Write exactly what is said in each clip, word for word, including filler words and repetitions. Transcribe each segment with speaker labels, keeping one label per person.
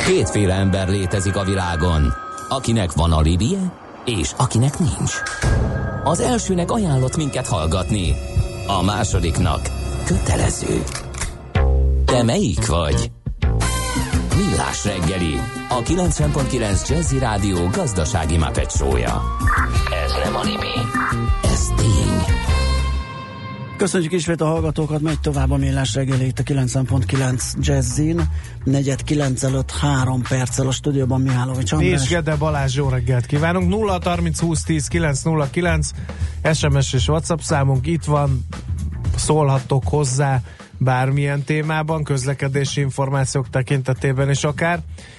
Speaker 1: Kétféle ember létezik a világon, akinek van alibije, és akinek nincs. Az elsőnek ajánlott minket hallgatni, a másodiknak kötelező. Te melyik vagy? Millás reggeli, a kilencven pont kilenc Jazzy Rádió gazdasági Muppet show-ja. Ez nem anime, ez tény.
Speaker 2: Köszönjük ismét a hallgatókat, megy tovább a Millás reggeli itt a kilencven pont kilenc Jazzin. Negyed kilenc előtt három perccel a stúdióban Mihálovics András.
Speaker 3: És Gede Balázs, jó reggelt kívánunk. Nulla harminc húsz tíz kilenc nulla kilenc es em es és WhatsApp számunk itt van, szólhattok hozzá bármilyen témában, közlekedési információk tekintetében is akár.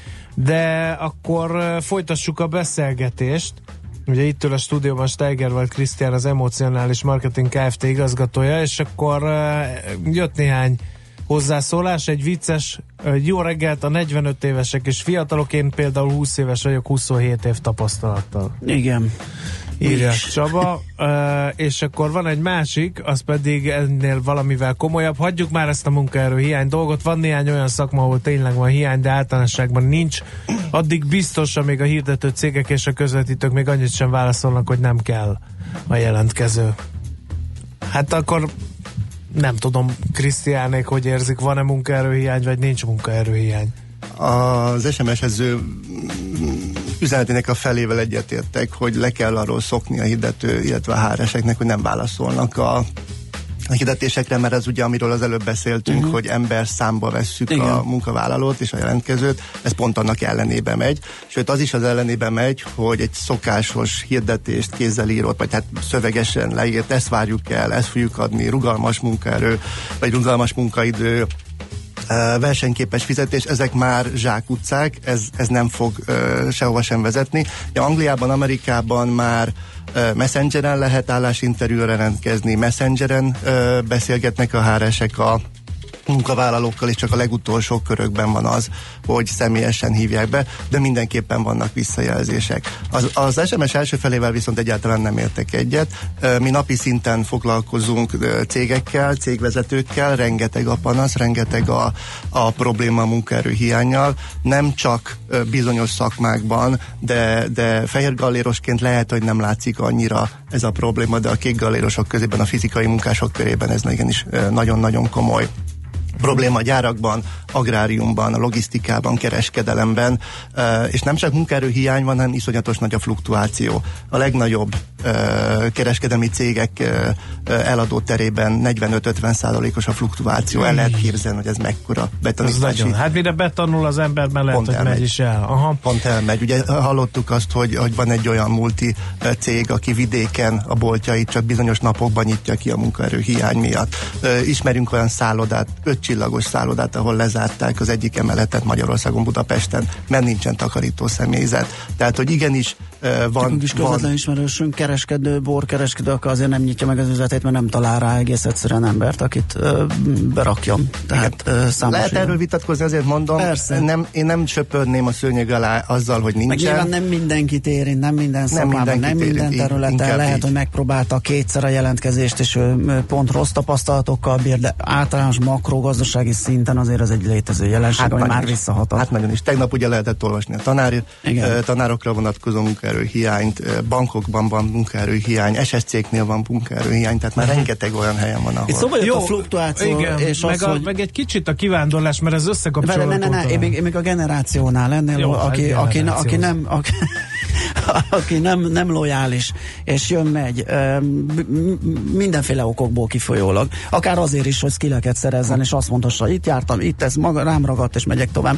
Speaker 3: De akkor folytassuk a beszélgetést. Ugye itt ül a stúdióban Steigerwald Krisztián, az Emocionális Marketing Kft. Igazgatója, és akkor uh, jött néhány hozzászólás, egy vicces, uh, jó reggelt a negyvenöt évesek és fiatalok, én például húsz éves vagyok, huszonhét év tapasztalattal.
Speaker 2: Igen.
Speaker 3: Írja Csaba, uh, és akkor van egy másik, az pedig ennél valamivel komolyabb. Hagyjuk már ezt a munkaerő hiány dolgot, van néhány olyan szakma, ahol tényleg van hiány, de általánosságban nincs. Addig biztos, amíg a hirdető cégek és a közvetítők még annyit sem válaszolnak, hogy nem kell a jelentkező. Hát akkor nem tudom, Krisztiánék, hogy érzik, van-e munkaerőhiány, vagy nincs munkaerőhiány?
Speaker 4: Az es em es-ező üzenetének a felével egyetértek, hogy le kell arról szokni a hirdető, illetve a há er eseknek, hogy nem válaszolnak a, a hirdetésekre, mert az ugye, amiről az előbb beszéltünk, uh-huh. hogy ember számba vesszük Igen. a munkavállalót és a jelentkezőt, ez pont annak ellenébe megy. Sőt, az is az ellenébe megy, hogy egy szokásos hirdetést kézzel írott, vagy hát szövegesen leírt, ezt várjuk el, ezt fogjuk adni, rugalmas munkaerő, vagy rugalmas munkaidő, versenyképes fizetés, ezek már zsákutcák, ez, ez nem fog uh, sehova sem vezetni. Ja, Angliában, Amerikában már uh, Messengeren lehet állásinterjúra jelentkezni, Messengeren uh, beszélgetnek a há er esek a munkavállalókkal, és csak a legutolsó körökben van az, hogy személyesen hívják be, de mindenképpen vannak visszajelzések. Az, az es em es első felével viszont egyáltalán nem értek egyet. Mi napi szinten foglalkozunk cégekkel, cégvezetőkkel, rengeteg a panasz, rengeteg a, a probléma a munkaerő hiánnyal, nem csak bizonyos szakmákban, de, de fehér gallérosként lehet, hogy nem látszik annyira ez a probléma, de a kék gallérosok közében, a fizikai munkások körében ez igenis nagyon-nagyon komoly probléma a gyárakban, agráriumban, a logisztikában, kereskedelemben, és nem csak munkaerőhiány van, hanem iszonyatos nagy a fluktuáció. A legnagyobb kereskedelmi cégek eladó terében negyvenöt-ötven százalékos a fluktuáció. El lehet képzelni, hogy ez mekkora betanítási.
Speaker 3: Hát mire betanul az ember, mert lehet, hogy megy is el. Aha.
Speaker 4: Pont elmegy. Ugye hallottuk azt, hogy, hogy van egy olyan multi cég, aki vidéken a boltjait csak bizonyos napokban nyitja ki a munkaerőhiány miatt. Ismerünk olyan szállodát, öt csillagos szállodát, ahol lezárták az egyik emeletet Magyarországon, Budapesten, mert nincsen takarító személyzet. Tehát, hogy igenis uh, van...
Speaker 2: Nekünk is közvetlen
Speaker 4: van...
Speaker 2: ismerősünk, kereskedő, borkereskedő, akkor azért nem nyitja meg az üzletét, mert nem talál rá egész egyszerűen embert, akit uh, berakjon. Tehát, uh,
Speaker 4: lehet ilyen. Erről vitatkozni, azért mondom, nem, én nem söpörném a szőnyeg alá azzal, hogy nincsen.
Speaker 2: Meg nyilván nem mindenkit érint, nem minden szakmában, nem minden területen. Lehet, így. Hogy megpróbálta kétszer a jelentkezést, és ő pont rossz tapasztalatokkal bír, de általános makrogazdasági szinten azért az egy létező jelenség, hát ami már visszahatott.
Speaker 4: Hát nagyon is. Tegnap ugye lehetett olvasni a tanár, tanárokra vonatkozó munkaerőhiányt, bankokban van munkaerőhiány, es es cégnél van munkaerőhiány, tehát már rengeteg olyan helyen van, ahol...
Speaker 2: Itt szóval jött a fluktuáció,
Speaker 3: igen,
Speaker 2: és
Speaker 3: meg,
Speaker 2: az,
Speaker 3: a,
Speaker 2: hogy...
Speaker 3: meg egy kicsit a kivándorlás, mert ez összekapcsolódó.
Speaker 2: Ne, ne, ne, én, még, én még a generációnál lennél, jó, aki, aki, aki nem... Aki, aki nem, nem lojális, és jön, megy, mindenféle okokból kifolyólag. Akár azért is, hogy skilleket szerezzen, és azt mondhassa, itt jártam, itt ez maga, rám ragadt, és megyek tovább.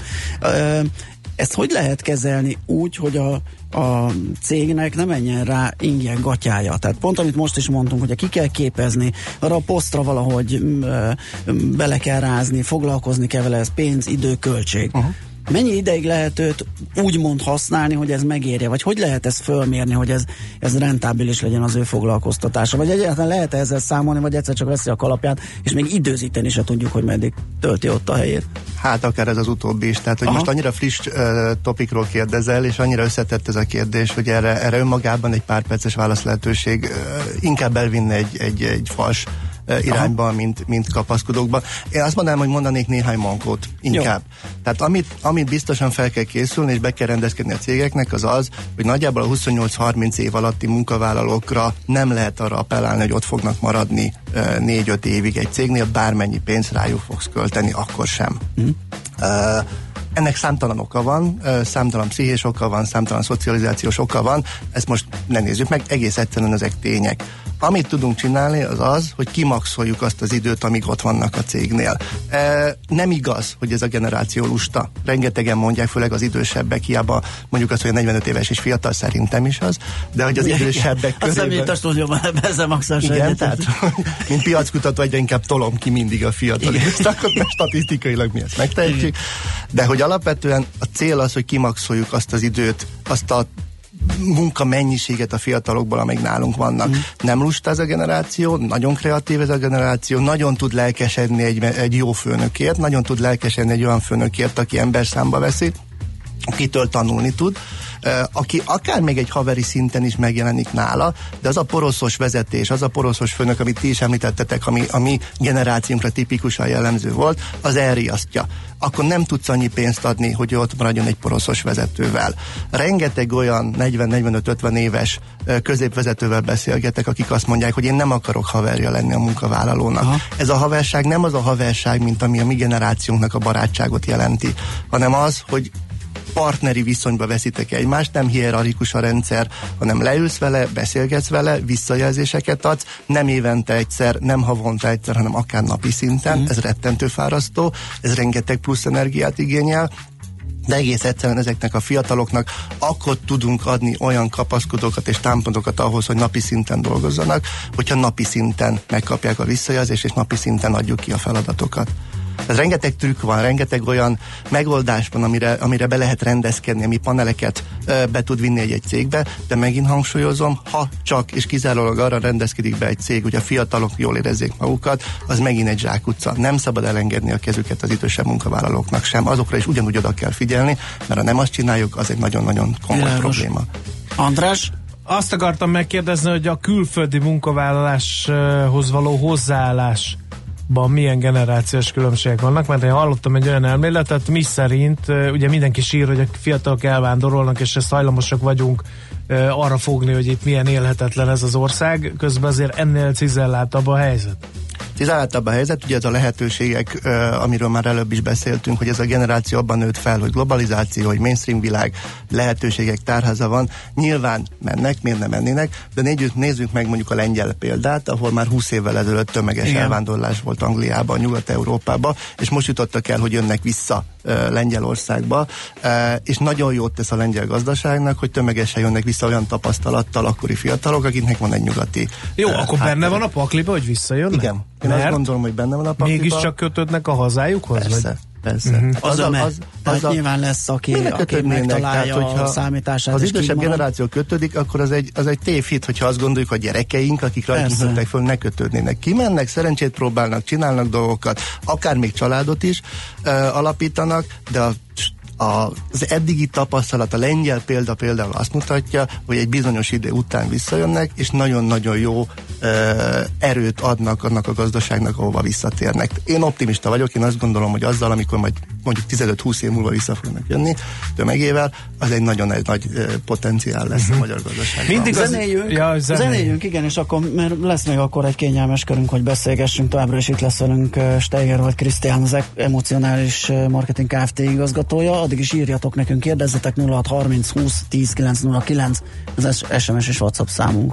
Speaker 2: Ezt hogy lehet kezelni úgy, hogy a, a cégnek nem menjen rá ingyen gatyája? Tehát pont, amit most is mondtunk, hogy ki kell képezni, arra a posztra valahogy ö, bele kell rázni, foglalkozni kell vele, ez pénz, idő, költség. Uh-huh. Mennyi ideig lehet őt úgymond használni, hogy ez megérje? Vagy hogy lehet ezt fölmérni, hogy ez, ez rentábilis legyen az ő foglalkoztatása? Vagy egyáltalán lehet ezzel számolni, vagy egyszer csak veszi a kalapját, és még időzíteni se tudjuk, hogy meddig tölti ott a helyét?
Speaker 4: Hát akár ez az utóbbi is. Tehát, hogy Aha. most annyira friss uh, topikról kérdezel, és annyira összetett ez a kérdés, hogy erre, erre önmagában egy pár perces válasz lehetőség uh, inkább elvinne egy, egy, egy fals uh, irányba, mint, mint kapaszkodókba. Én azt mondanám, hogy mondanék néhány mankót inkább. Jó. Tehát amit, amit biztosan fel kell készülni, és be kell rendezkedni a cégeknek, az az, hogy nagyjából a huszonnyolc-harminc év alatti munkavállalókra nem lehet arra appellálni, hogy ott fognak maradni uh, négy-öt évig egy cégnél, bármennyi pénzt rájuk fogsz költeni, akkor sem. Mm. Uh, Ennek számtalan oka van, számtalan pszichés oka van, számtalan szocializációs oka van, ezt most ne nézzük meg, egész egyszerűen ezek tények. Amit tudunk csinálni, az az, hogy kimaxoljuk azt az időt, amíg ott vannak a cégnél. E, nem igaz, hogy ez a generáció lusta. Rengetegen mondják, főleg az idősebbek, hiába mondjuk azt, hogy a negyvenöt éves és fiatal, szerintem is az, de hogy az idősebbek körében...
Speaker 2: Azt hiszem, a stúdióban ezzel maximum
Speaker 4: igen, tehát, mint piackutató egyre inkább tolom ki mindig a fiatal időszakot, mert statisztikailag mi ezt megtehetjük, de hogy alapvetően a cél az, hogy kimaxoljuk azt az időt, azt a munka mennyiséget a fiatalokból, amelyik nálunk vannak. Mm. Nem lusta ez a generáció, nagyon kreatív ez a generáció, nagyon tud lelkesedni egy, egy jó főnökért, nagyon tud lelkesedni egy olyan főnökért, aki emberszámba veszi, akitől tanulni tud, aki akár még egy haveri szinten is megjelenik nála, de az a poroszos vezetés, az a poroszos főnök, amit ti is említettetek, ami a mi generációnkra tipikusan jellemző volt, az elriasztja. Akkor nem tudsz annyi pénzt adni, hogy ott maradjon egy poroszos vezetővel. Rengeteg olyan negyven-negyvenöt-ötven éves középvezetővel beszélgetek, akik azt mondják, hogy én nem akarok haverja lenni a munkavállalónak. Aha. Ez a haverság nem az a haverság, mint ami a mi generációnknak a barátságot jelenti, hanem az, hogy partneri viszonyba veszitek egymást, nem hierarchikus a rendszer, hanem leülsz vele, beszélgetsz vele, visszajelzéseket adsz, nem évente egyszer, nem havonta egyszer, hanem akár napi szinten, mm. ez rettentő fárasztó, ez rengeteg plusz energiát igényel, de egész egyszerűen ezeknek a fiataloknak akkor tudunk adni olyan kapaszkodókat és támpontokat ahhoz, hogy napi szinten dolgozzanak, hogyha napi szinten megkapják a visszajelzést, és napi szinten adjuk ki a feladatokat. Ez rengeteg trükk van, rengeteg olyan megoldás van, amire, amire be lehet rendezkedni, ami paneleket ö, be tud vinni egy, egy cégbe, de megint hangsúlyozom, ha csak és kizárólag arra rendezkedik be egy cég, hogy a fiatalok jól érezzék magukat, az megint egy zsákutca. Nem szabad elengedni a kezüket az idősebb munkavállalóknak sem, azokra is ugyanúgy oda kell figyelni, mert ha nem azt csináljuk, az egy nagyon-nagyon komoly Biláros. probléma.
Speaker 2: András?
Speaker 3: Azt akartam megkérdezni, hogy a külföldi munkavállaláshoz való hozzáállás milyen generációs különbségek vannak, mert én hallottam egy olyan elméletet, mi szerint ugye mindenki sír, hogy a fiatalok elvándorolnak, és ezt hajlamosak vagyunk arra fogni, hogy itt milyen élhetetlen ez az ország, közben azért ennél cizelláltabb a helyzet.
Speaker 4: Cizáltabb a helyzet, ugye ez a lehetőségek, uh, amiről már előbb is beszéltünk, hogy ez a generáció abban nőtt fel, hogy globalizáció, hogy mainstream világ, lehetőségek tárháza van. Nyilván mennek, miért nem mennének, de nézzük, nézzük meg mondjuk a lengyel példát, ahol már húsz évvel ezelőtt tömeges igen. elvándorlás volt Angliában, Nyugat-Európában, és most jutottak el, hogy jönnek vissza uh, Lengyelországba, uh, és nagyon jót tesz a lengyel gazdaságnak, hogy tömegesen jönnek vissza olyan tapasztalattal akkori fiatalok, akiknek van egy nyugati.
Speaker 3: Jó,
Speaker 4: uh,
Speaker 3: akkor benne van a pakliba, hogy visszajönnek?
Speaker 4: Igen. Én azt gondolom, hogy benne van a pakliba.
Speaker 3: Mégiscsak kötődnek a hazájukhoz?
Speaker 4: Persze,
Speaker 3: vagy?
Speaker 4: persze.
Speaker 2: Uh-huh. Az, az, a, az, az a, nyilván lesz, aki, aki megtalálja tehát, a számítását.
Speaker 4: Ha az idősebb generáció kötődik, akkor az egy, az egy tévhit, hogyha azt gondoljuk, hogy gyerekeink, akik rajtunk nőttek föl, ne kötődnének. Kimennek, szerencsét próbálnak, csinálnak dolgokat, akár még családot is uh, alapítanak, de a A, az eddigi tapasztalat, a lengyel példa például azt mutatja, hogy egy bizonyos idő után visszajönnek, és nagyon-nagyon jó e, erőt adnak annak a gazdaságnak, ahova visszatérnek. Én optimista vagyok, én azt gondolom, hogy azzal, amikor majd mondjuk tizenöt-húsz év múlva vissza fognak jönni tömegével, az egy nagyon egy nagy e, potenciál lesz uh-huh. a magyar gazdaságban.
Speaker 2: Mindig az... zenéljünk, ja, zenéljünk, igen, és akkor, mert lesz még akkor egy kényelmes körünk, hogy beszélgessünk, továbbra is itt lesz velünk Steiger vagy Krisztián, az Emocionális Marketing Kft. Igazgatója. Addig is írjatok nekünk, kérdezzetek nulla hat harminc húsz tíz kilenc nulla kilenc, az es em es és WhatsApp számunk.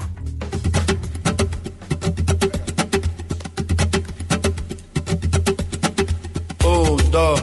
Speaker 5: Oh, da.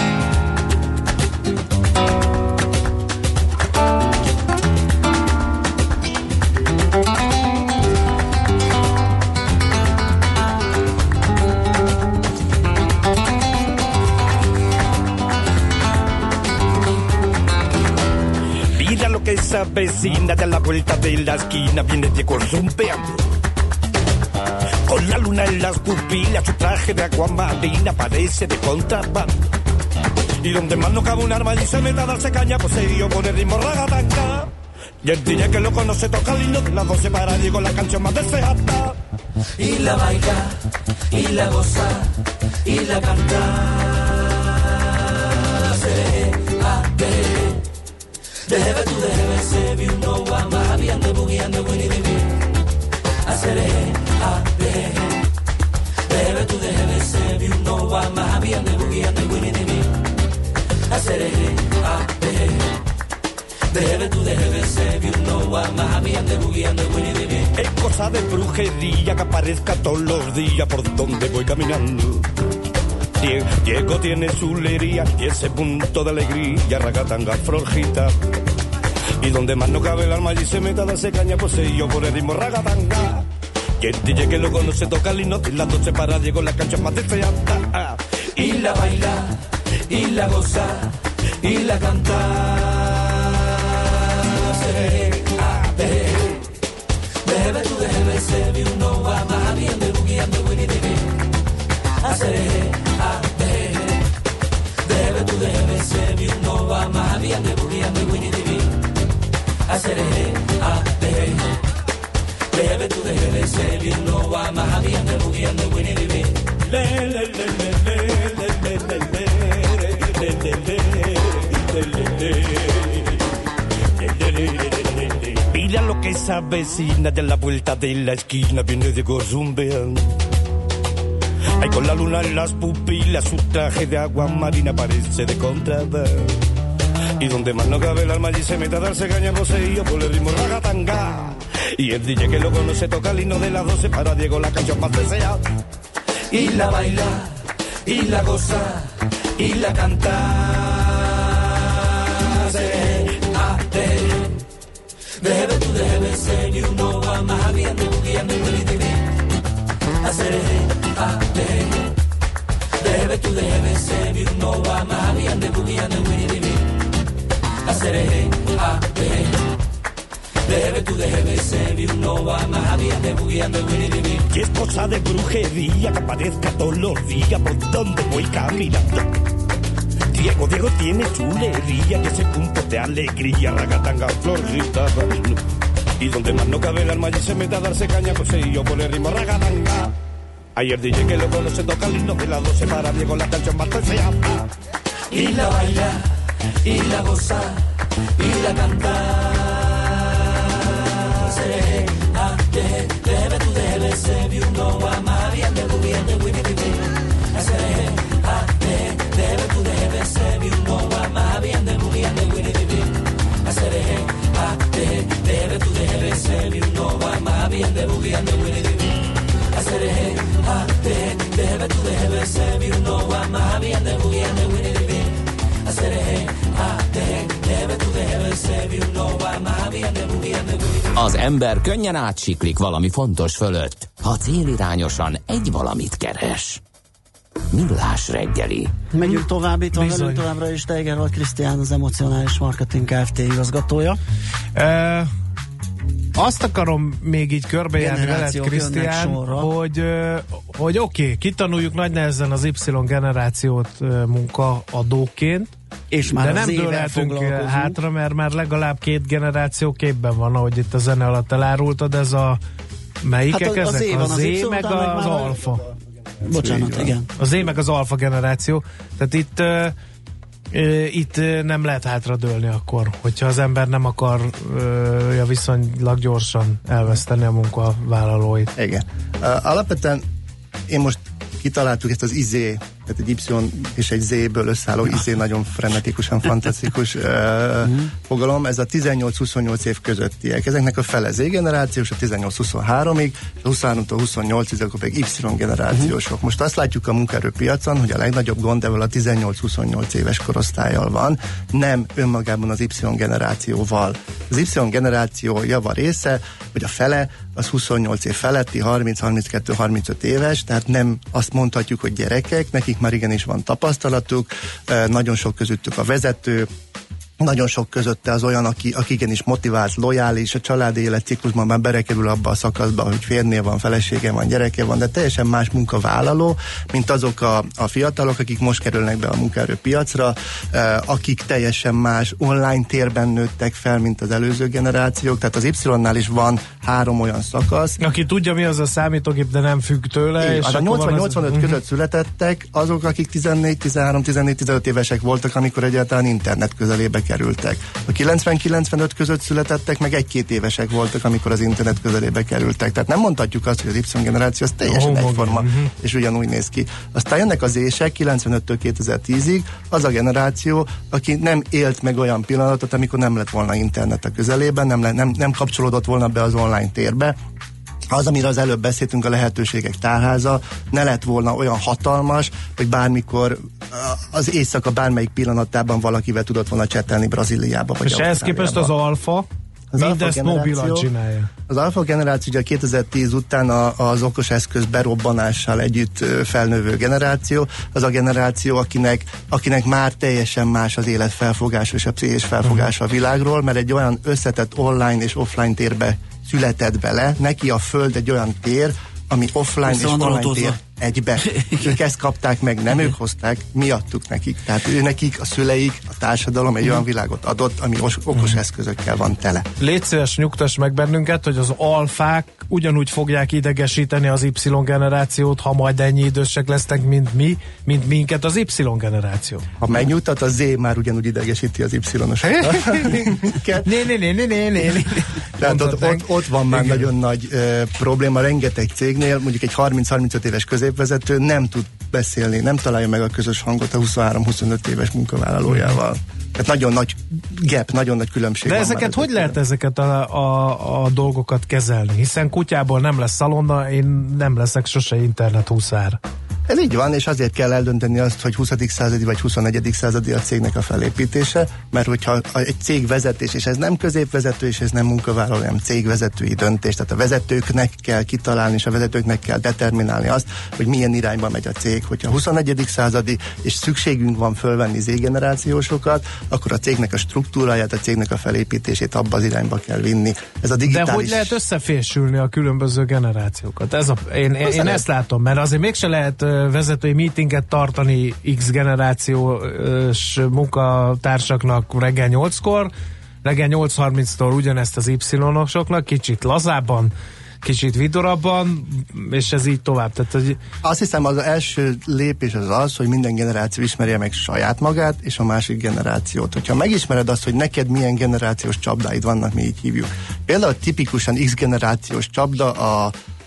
Speaker 6: Esa vecina de la vuelta de la esquina viene Diego rumbeando. Con la luna en las pupilas, su traje de aguamarina parece de contrabando. Y donde más no cabe un arma y se meta a darse caña, pues se dio con el ritmo ragatanga. Y el D J que lo conoce toca el himno de las doce para Diego, la canción más deseada.
Speaker 5: Y la baila, y la goza, y la canta. Seré, a, de, debe tu debe, se vi un no va más, bien de boogie and the winnie de mi. A seré, a, de, debe tu debe, se vi un no va más, bien de boogie and the winnie de mi. A seré, a, de, debe tu debe, se vi un no va más, bien de boogie and the winnie de mi.
Speaker 6: Es cosa de brujería que aparezca todos los días por donde voy caminando. Diego tiene su lería y ese punto de alegría, ragatanga, florjita. Y donde más no cabe el alma allí se meta, darse caña, poseído por el ritmo ragatanga. Y el D J que lo conoce toca el himno y las doce para Diego, la cancha más deseada.
Speaker 5: Y la baila, y la goza, y la canta. Seré, a, de, debe tu debe, se vi uno va más bien de boogie and the winnie de mi. A seré, a, de, debe tu debe, se vi uno va más bien de boogie and the winnie de mi. A seré, a, de, debe tu debe, se vi uno va más bien de boogie and the winnie de mi. Le, le, le, le, le, le, le, le, le, le, le, le, le.
Speaker 6: Mira lo que esa vecina de la vuelta de la esquina viene de Gorrumbean. Ay, con la luna en las pupilas, su traje de agua marina parece de contrabando. Y donde más no cabe el alma allí se mete a darse caña poseído por el ritmo ragatanga. Y el D J que lo conoce toca el himno de las doce para Diego, la canción más deseada.
Speaker 5: Y la baila, y la goza, y la canta. Seré, a, de, debe tu debe, se ni uno va más bien de boogie and the winnie de mi. A seré, a, de, debe tu debe, se ni uno va más bien de boogie and the winnie de mi. A seré, a, de, debe tu debe, se ni uno va más bien de boogie and the winnie de mi.
Speaker 6: Y es cosa de brujería que aparezca todos los días por donde voy caminando. Diego, Diego tiene chulería y ese punto de alegría, ragatanga, florjita. Y donde más no cabe el alma allí se mete a darse caña, poseído por el ritmo ragatanga. Ayer D J que lo conoce toca el himno de las doce para Diego, la canción más deseada.
Speaker 5: Y la baila, y la goza, y la canta. Seré, a, de, debe tu debe, se vi uno va más bien de boogie and the winnie de mi. Seré, a, de, debe tu debe, se vi uno va más bien de boogie and the winnie de mi. Seré, a, de, debe tu debe, se vi uno va más bien de boogie and the winnie de mi. Seré, a, de, debe tu debe, se vi uno va más bien de boogie and the winnie de mi. Seré, a, de, debe tu debe, se vi uno va más bien de boogie and the winnie de mi.
Speaker 1: Az ember könnyen átsiklik valami fontos fölött, ha célirányosan egy valamit keres. Millás reggeli.
Speaker 2: Megyünk tovább, itt van
Speaker 3: Bizony.
Speaker 2: velünk továbbra is Steiger vagy Krisztián, az Emocionális Marketing Kft. Igazgatója.
Speaker 3: E, azt akarom még így körbejárni veled,
Speaker 2: Generációk
Speaker 3: Krisztián,
Speaker 2: jönnek sorra.
Speaker 3: hogy, hogy oké, okay, kitanuljuk nagy nehezen az Y generációt munkaadóként,
Speaker 2: És már
Speaker 3: de
Speaker 2: az
Speaker 3: nem
Speaker 2: évvel
Speaker 3: dőlhetünk
Speaker 2: foglalkozunk.
Speaker 3: hátra, mert már legalább két generáció képben van, ahogy itt a zene alatt elárultad, ez a melyikek
Speaker 2: Hát az- az
Speaker 3: ezek?
Speaker 2: Z van,
Speaker 3: Az
Speaker 2: az
Speaker 3: Z
Speaker 2: Y,
Speaker 3: meg
Speaker 2: utána meg
Speaker 3: az
Speaker 2: már a-
Speaker 3: alfa.
Speaker 2: Bocsánat, igen.
Speaker 3: Az Z meg az alfa generáció. Tehát itt uh, uh, itt uh, nem lehet hátradőlni akkor, hogyha az ember nem akarja uh, viszonylag gyorsan elveszteni a munkavállalóit.
Speaker 4: Igen. Uh, alapvetően én most kitaláltuk ezt az izé, tehát egy Y és egy Z-ből összeálló izé, nagyon frenetikusan, fantasztikus uh, fogalom. Ez a tizennyolc-huszonnyolc év közöttiek. Ezeknek a fele Z-generációs, a tizennyolc-huszonháromig, a huszonháromtól huszonnyolcig, akkor pedig Y-generációsok. Most azt látjuk a munkaerőpiacon, hogy a legnagyobb gond ebből a tizennyolc-huszonnyolc éves korosztállyal van, nem önmagában az Y-generációval. Az Y-generáció java része, vagy a fele, az huszonnyolc év feletti, harminc-harminckettő-harmincöt éves, tehát nem azt mondhatjuk, hogy gyerekek, nekik már igenis van tapasztalatuk, nagyon sok közöttük a vezető, nagyon sok közötte az olyan, aki, aki igenis motivált, lojális, a családi életciklusban már berekerül abba a szakaszba, hogy férnél van, felesége van, gyereke van, de teljesen más munkavállaló, mint azok a, a fiatalok, akik most kerülnek be a munkaerőpiacra, eh, akik teljesen más online térben nőttek fel, mint az előző generációk, tehát az Y-nál is van három olyan szakasz.
Speaker 3: Aki tudja, mi az a számítógép, de nem függ tőle. És
Speaker 4: a nyolcvan-nyolcvanöt az... között születettek azok, akik tizennégy, tizenhárom, tizennégy, tizenöt évesek voltak, amikor egyáltalán internet közelébe kerültek. A kilencven-kilencvenöt között születettek, meg egy-két évesek voltak, amikor az internet közelébe kerültek. Tehát nem mondhatjuk azt, hogy az Y-generáció az teljesen oh, egyforma, uh-huh. és ugyanúgy néz ki. Aztán jönnek az ések kilencvenöttől kétezer-tízig, az a generáció, aki nem élt meg olyan pillanatot, amikor nem lett volna internet a közelében, nem, le, nem, nem kapcsolódott volna be az online térbe. Az, amire az előbb beszéltünk, a lehetőségek tárháza, ne lett volna olyan hatalmas, hogy bármikor az éjszaka bármelyik pillanatában valakivel tudott volna csetelni Brazíliába. Vagy
Speaker 3: és ehhez képest az alfa
Speaker 4: az
Speaker 3: mindezt mobilan csinálja.
Speaker 4: Az alfa generáció ugye a kétezer-tíz után a, az okos eszköz berobbanással együtt felnövő generáció, az a generáció, akinek, akinek már teljesen más az élet felfogása és a pszichés felfogása a világról, mert egy olyan összetett online és offline térbe született bele, neki a föld egy olyan tér, ami offline Viszont és online tér egybe. Ők ezt kapták meg, nem ők hozták, mi adtuk nekik. Tehát ő nekik, a szüleik, a társadalom egy olyan világot adott, ami okos eszközökkel van tele.
Speaker 3: Légy szíves, nyugtass meg bennünket, hogy az alfák ugyanúgy fogják idegesíteni az Y-generációt, ha majd ennyi idősek lesznek, mint mi, mint minket az Y-generáció.
Speaker 4: Ha megnyugtat, a Z már ugyanúgy idegesíti az Y-osokat.
Speaker 3: Né, né, né, né, né, né.
Speaker 4: Tehát ott, ott, ott van már igen. nagyon nagy uh, probléma, rengeteg cégnél, mondjuk egy harminc-harmincöt éves középvezető nem tud beszélni, nem találja meg a közös hangot a huszonhárom-huszonöt éves munkavállalójával. Tehát nagyon nagy gap, nagyon nagy különbség.
Speaker 3: De
Speaker 4: van
Speaker 3: ezeket hogy lehet ezeket a, a, a dolgokat kezelni? Hiszen kutyából nem lesz szalonna, én nem leszek sose internet huszár.
Speaker 4: Ez így van, és azért kell eldönteni azt, hogy huszadik századi vagy huszonegyedik századi a cégnek a felépítése, mert hogyha egy cég vezetés, és ez nem középvezető, és ez nem munkavállaló, hanem cégvezetői döntés, tehát a vezetőknek kell kitalálni, és a vezetőknek kell determinálni azt, hogy milyen irányba megy a cég. Hogyha huszonegyedik századi, és szükségünk van fölvenni Z-generációsokat, akkor a cégnek a struktúráját, a cégnek a felépítését abba az irányba kell vinni. Ez a digitális...
Speaker 3: De hogy lehet összefésülni a különböző generációkat? Ez a, én, én, én ezt látom, mert azért mégse lehet vezetői meetinget tartani X generációs munkatársaknak reggel nyolckor, reggel nyolc harminctól ugyanezt az Y-osoknak, kicsit lazábban, kicsit vidorabban, és ez így tovább. Tehát, hogy...
Speaker 4: Azt hiszem, az első lépés az az, hogy minden generáció ismerje meg saját magát, és a másik generációt. Hogyha megismered azt, hogy neked milyen generációs csapdáid vannak, mi így hívjuk. Például tipikusan X generációs csapda a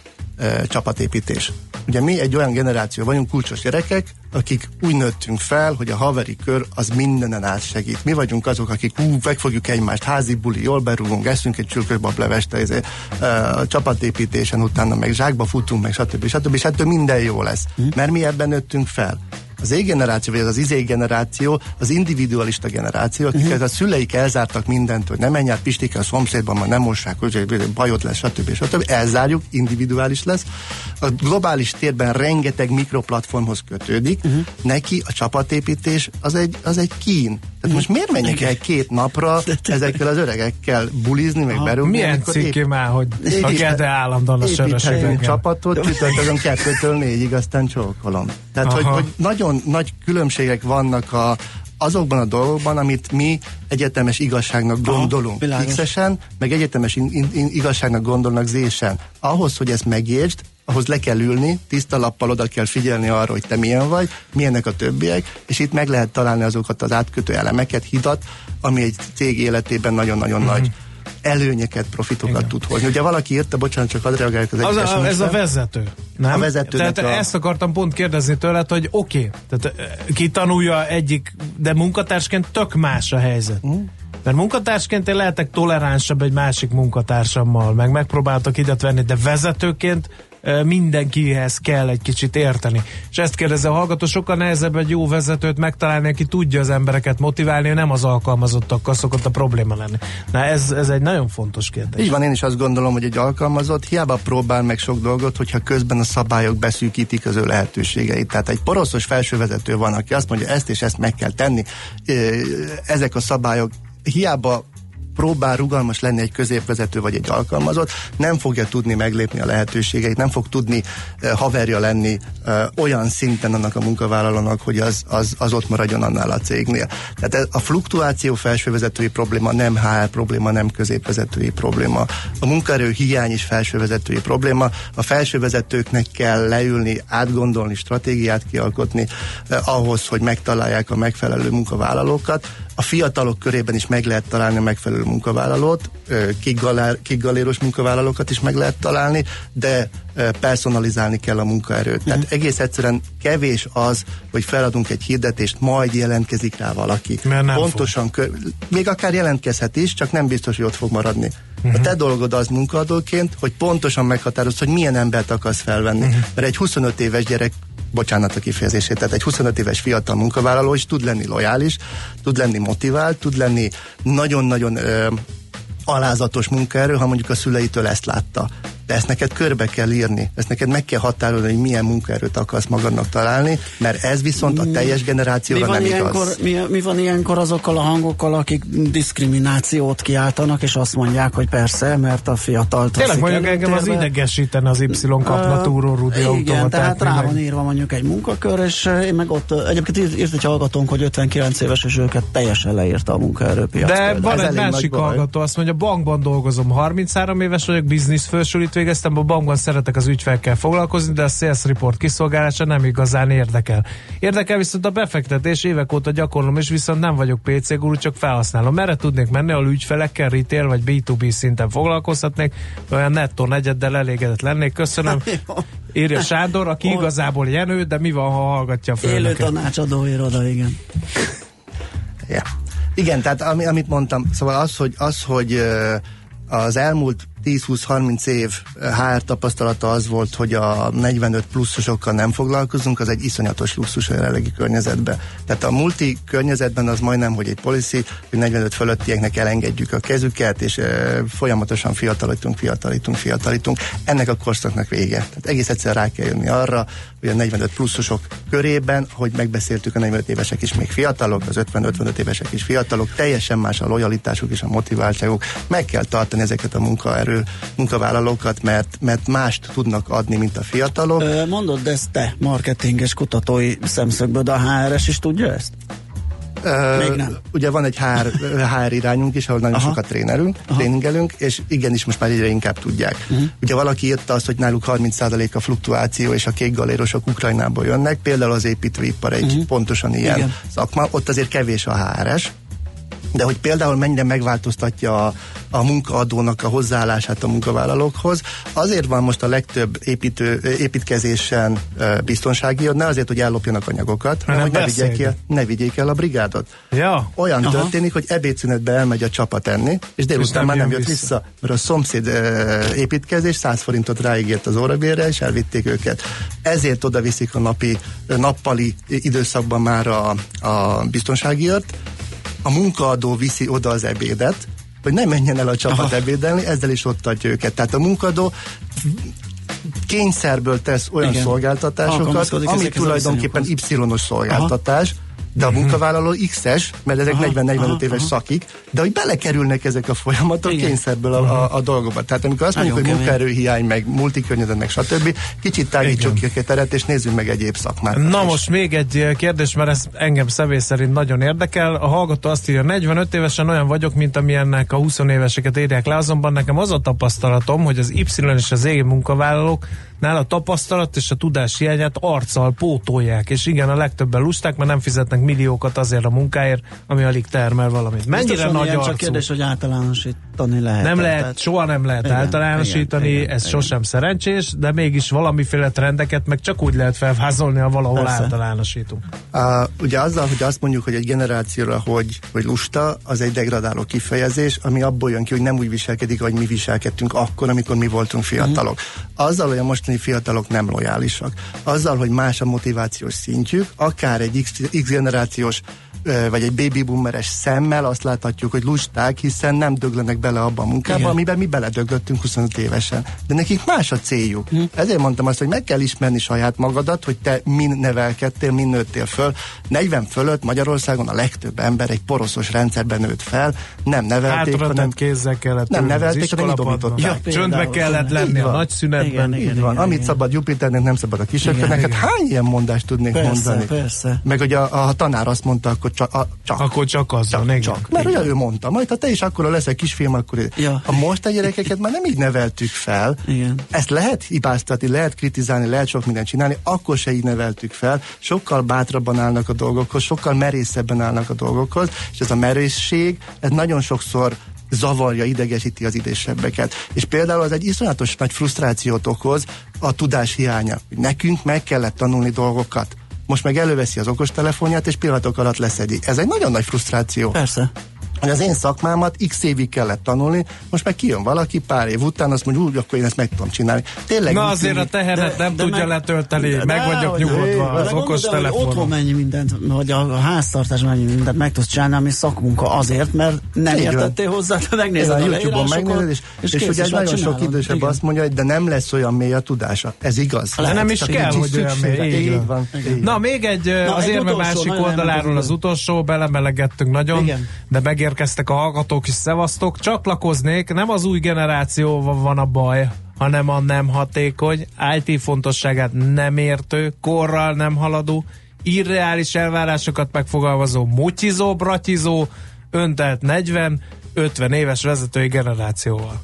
Speaker 4: e, csapatépítés. Ugye mi egy olyan generáció vagyunk, kulcsos gyerekek, akik úgy nőttünk fel, hogy a haveri kör az mindenen átsegít. Mi vagyunk azok, akik ú, megfogjuk egymást, házi buli, jól berúgunk, eszünk egy csülkösbablevest, ezért a csapatépítésen utána meg zsákba futunk, meg stb. stb. És ettől minden jó lesz. Hm? Mert mi ebben nőttünk fel. Az Z-generáció, vagy az az izé-generáció, az individualista generáció, akik uh-huh. a szüleik elzártak mindent, hogy nem menj át Pistike a szomszédban, már nem mossák, hogy bajod lesz, stb. stb. Elzárjuk, individuális lesz. A globális térben rengeteg mikroplatformhoz kötődik, uh-huh. neki a csapatépítés az egy, az egy kín. Tehát most miért menjek el két napra ezekkel az öregekkel bulizni, meg berúgni?
Speaker 3: Milyen cikki már, hogy a Gede állandóan a sörösökkel.
Speaker 4: Csapatot, csütörtökön kettőtől négyig, aztán csókolom. Tehát, hogy, hogy nagyon nagy különbségek vannak a, azokban a dolgokban, amit mi egyetemes igazságnak gondolunk X-esen, meg egyetemes in, in, in, igazságnak gondolnak Z-sen. Ahhoz, hogy ezt megértsd, ahhoz le kell ülni, tiszta lappal oda kell figyelni arra, hogy te milyen vagy, milyenek a többiek, és itt meg lehet találni azokat az átkötő elemeket, hidat, ami egy cég életében nagyon-nagyon mm-hmm. nagy előnyeket, profitokat igen. tud hozni. Ugye valaki írta, bocsánat, csak hadd reagáljuk az, az
Speaker 3: a, Ez a vezető, nem?
Speaker 4: A vezetőnek
Speaker 3: Tehát
Speaker 4: a...
Speaker 3: ezt akartam pont kérdezni tőled, hogy oké, okay, tehát ki tanulja egyik, de munkatársként tök más a helyzet. Mm. Mert munkatársként én lehetek toleránsabb egy másik munkatársammal, meg megpróbáltak idet venni, de vezetőként mindenkihez kell egy kicsit érteni. És ezt kérdezze a hallgató, sokkal nehezebb egy jó vezetőt megtalálni, aki tudja az embereket motiválni, nem az alkalmazottakkal szokott a probléma lenni. Na ez, ez egy nagyon fontos kérdés.
Speaker 4: Így van, én is azt gondolom, hogy egy alkalmazott hiába próbál meg sok dolgot, hogyha közben a szabályok beszűkítik az ő lehetőségeit. Tehát egy poroszos felsővezető van, aki azt mondja, ezt és ezt meg kell tenni. Ezek a szabályok hiába próbál rugalmas lenni egy középvezető vagy egy alkalmazott, nem fogja tudni meglépni a lehetőségeit, nem fog tudni uh, haverja lenni uh, olyan szinten annak a munkavállalónak, hogy az, az, az ott maradjon annál a cégnél. Tehát a fluktuáció felsővezetői probléma nem há er probléma, nem középvezetői probléma. A munkaerő hiány is felsővezetői probléma. A felsővezetőknek kell leülni, átgondolni, stratégiát kialkotni uh, ahhoz, hogy megtalálják a megfelelő munkavállalókat. A fiatalok körében is meg lehet találni a megfelelő munkavállalót, kikgaléros munkavállalókat is meg lehet találni, de personalizálni kell a munkaerőt. Tehát uh-huh. egész egyszerűen kevés az, hogy feladunk egy hirdetést, majd jelentkezik rá valaki. Pontosan, kö- még akár jelentkezhet is, csak nem biztos, hogy ott fog maradni. Uh-huh. A te dolgod az munkaadóként, hogy pontosan meghatározd, hogy milyen embert akarsz felvenni. Uh-huh. Mert egy huszonöt éves gyerek, bocsánat a kifejezését, tehát egy huszonöt éves fiatal munkavállaló is tud lenni lojális, tud lenni motivált, tud lenni nagyon-nagyon ö, alázatos munkaerő, ha mondjuk a szüleitől ezt látta. De ezt neked körbe kell írni, ezt neked meg kell határozni, hogy milyen munkaerőt akarsz magadnak találni, mert ez viszont a teljes generációra nem
Speaker 2: ilyenkor,
Speaker 4: igaz.
Speaker 2: Mi, mi van ilyenkor azokkal a hangokkal, akik diszkriminációt kiáltanak, és azt mondják, hogy persze, mert a fiatalt
Speaker 3: tényleg mondjuk engem az idegesítene az Y kapna túró Rudi automatát.
Speaker 2: Igen, tehát rá van írva mondjuk egy munkakör, és én meg ott, egyébként írt, írt egy hallgatónk, hogy ötvenkilenc éves, és őket teljesen leírta a munkaerőpiac.
Speaker 3: De van egy másik hallgató, azt mondja, bankban dolgozom, harminchárom éves vagyok, business fősülit végeztem, a bankban szeretek az ügyfelekkel foglalkozni, de a sales report kiszolgálása nem igazán érdekel. Érdekel viszont a befektetés, évek óta gyakorlom, és viszont nem vagyok pé cé guru, csak felhasználom. Merre tudnék menni, ahol ügyfelekkel, retail vagy bé kettő bé szinten foglalkozhatnék, olyan nettó negyeddel elégedett lennék. Köszönöm. Írja Sándor, aki igazából Jenő, de mi van, ha hallgatja a főnöket?
Speaker 2: Élő tanácsadó iroda, igen.
Speaker 4: Yeah. Igen, tehát ami, amit mondtam, szóval az, hogy, az, hogy az elmúlt tíz-húsz-harminc év há er tapasztalata az volt, hogy a negyvenöt pluszosokkal nem foglalkozunk, az egy iszonyatos luxus a jelenlegi környezetben. Tehát a multi környezetben az majdnem, hogy egy policy, hogy negyvenöt fölöttieknek elengedjük a kezüket, és e, folyamatosan fiatalítunk, fiatalítunk, fiatalítunk. Ennek a korszaknak vége. Tehát egész egyszer rá kell jönni arra, hogy a negyvenöt pluszosok körében, hogy megbeszéltük, a negyvenöt évesek is még fiatalok, az ötven-ötvenöt évesek is fiatalok, teljesen más a lojalitásuk és a motiváltságuk. Meg kell tartani ezeket a munkaerő munkavállalókat, mert, mert mást tudnak adni, mint a fiatalok.
Speaker 2: Ö, mondod, de ezt te marketinges kutatói szemszögből, de a há er es is tudja ezt?
Speaker 4: Uh, Még nem. Ugye van egy há er, há er irányunk is, ahol nagyon Aha. sokat trénerünk, Aha. tréningelünk, és igenis most már egyre inkább tudják. Uh-huh. Ugye valaki írta azt, hogy náluk harminc százalék a fluktuáció, és a kékgalérosok Ukrajnából jönnek, például az építőipar egy uh-huh. pontosan ilyen Igen. szakma, ott azért kevés a há er es, de hogy például mennyire megváltoztatja a, a munkaadónak a hozzáállását a munkavállalókhoz. Azért van most a legtöbb építő, építkezésen uh, biztonsági, ne azért, hogy ellopjanak anyagokat, hanem hogy ne vigyék, el, ne vigyék el a brigádot.
Speaker 3: Ja.
Speaker 4: Olyan Aha. történik, hogy ebédszünetben elmegy a csapat enni, és délután már nem jött vissza. vissza, mert a szomszéd uh, építkezés száz forintot ráígért az órabérre, és elvitték őket. Ezért oda viszik a napi, nappali időszakban már a, a biztonságiért. A munkaadó viszi oda az ebédet, hogy ne menjen el a csapat Aha. ebédelni, ezzel is ott adja őket. Tehát a munkadó kényszerből tesz olyan Igen. szolgáltatásokat, ami tulajdonképpen Y-os szolgáltatás, Aha. de a munkavállaló X-es, mert ezek negyven-negyvenöt éves aha. szakik, de hogy belekerülnek ezek a folyamatok Igen. kényszerből a, a, a dolgokba. Tehát amikor azt mondjuk, hogy munkaerőhiány, meg multikörnyezet, meg stb., kicsit tágítsuk ki a teret, és nézzünk meg egyéb szakmát.
Speaker 3: Na is. Most még egy kérdés, mert ez engem személy szerint nagyon érdekel. A hallgató azt írja, negyvenöt évesen olyan vagyok, mint amilyennek a húsz éveseket írják le, azonban nekem az a tapasztalatom, hogy az Y és az E munkavállalók nál a tapasztalat és a tudás hiányát arccal pótolják, és igen, a legtöbben lusták, mert nem fizetnek milliókat azért a munkáért, ami alig termel valamit. Mennyire nagy arcú?
Speaker 2: Csak kérdés, hogy általánosítani lehet.
Speaker 3: Nem lehet, tehát... soha nem lehet igen, általánosítani, igen, ez igen, sosem igen. szerencsés, de mégis valamiféle trendeket meg csak úgy lehet felvázolni, ha valahol Persze. általánosítunk.
Speaker 4: Uh, ugye azzal, hogy azt mondjuk, hogy egy generációra, hogy, hogy lusta, az egy degradáló kifejezés, ami abból jön ki, hogy nem úgy viselkedik, ahogy mi viselkedtünk akkor, amikor mi voltunk fiatalok. Uh-huh. Azzal, hogy a mostani fiatalok nem lojálisak. Azzal, hogy más a motivációs szintjük, akár egy X, X generációs vagy egy baby boomeres szemmel azt láthatjuk, hogy lusták, hiszen nem döglenek bele abba a munkába, igen, amiben mi beledöglöttünk huszonöt évesen. De nekik más a céljuk. Hm. Ezért mondtam azt, hogy meg kell ismerni saját magadat, hogy te min nevelkedtél, min nőttél föl. negyven fölött Magyarországon a legtöbb ember egy poroszos rendszerben nőtt fel, nem nevelték,
Speaker 3: Hátra
Speaker 4: hanem
Speaker 3: kézzel kellett
Speaker 4: nem nevelték, hanem idomították.
Speaker 3: Ja, csöndbe kellett lenni a nagy szünetben.
Speaker 2: Igen, igen,
Speaker 4: így van.
Speaker 2: igen,
Speaker 4: Amit
Speaker 2: igen.
Speaker 4: szabad Jupiternek, nem szabad a kisökörnek. Hát hány ilyen mondást tudnék
Speaker 2: persze,
Speaker 4: mondani?
Speaker 2: Persze.
Speaker 4: Meg hogy a, a tanár azt mondta, akkor csak. A, csak.
Speaker 3: Akkor csak azzal,
Speaker 4: csak, csak. Mert ugye ő mondta, majd ha te is akkor lesz egy kisfilm, akkor
Speaker 2: ja.
Speaker 4: A most a gyerekeket már nem így neveltük fel.
Speaker 2: Igen.
Speaker 4: Ezt lehet hibáztatni, lehet kritizálni, lehet sok mindent csinálni, akkor se így neveltük fel. Sokkal bátrabban állnak a dolgokhoz, sokkal merészebben állnak a dolgokhoz, és ez a merészség, ez nagyon sokszor zavarja, idegesíti az idősebbeket. És például az egy iszonyatos nagy frusztrációt okoz a tudás hiánya. Nekünk meg kellett tanulni dolgokat. Most meg előveszi az okostelefonját, és pillanatok alatt leszedi. Ez egy nagyon nagy frusztráció.
Speaker 2: Persze.
Speaker 4: Hogy az én szakmámat x évig kellett tanulni, most meg kijön valaki pár év után, azt mondja, úgy, akkor én ezt meg tudom csinálni. Tényleg.
Speaker 3: Na azért a tehenet nem de tudja meg, letölteni, de, meg vagyok nyugodva az okos telefonon.
Speaker 2: Otthon mennyi mindent, vagy a, a háztartás mennyi mindent meg tudsz csinálni, ami szakmunka azért, mert nem
Speaker 4: így
Speaker 2: értettél van hozzá, te megnézed
Speaker 4: a,
Speaker 2: a
Speaker 4: YouTube-on megnézed, és, és, és ugye nagyon sok idősebb azt mondja, hogy de nem lesz olyan mély a tudása. Ez igaz.
Speaker 3: De nem is kell, hogy olyan mély. Na még egy az érme másik oldaláról az utolsó, belemelegettünk nagyon, de megérkeztek a hallgatók is, szevasztok, csatlakoznék, nem az új generációval van a baj, hanem a nem hatékony, i té fontosságát nem értő, korral nem haladó, irreális elvárásokat megfogalmazó, mutyizó, bratyizó, öntelt negyven-ötven éves vezetői generációval.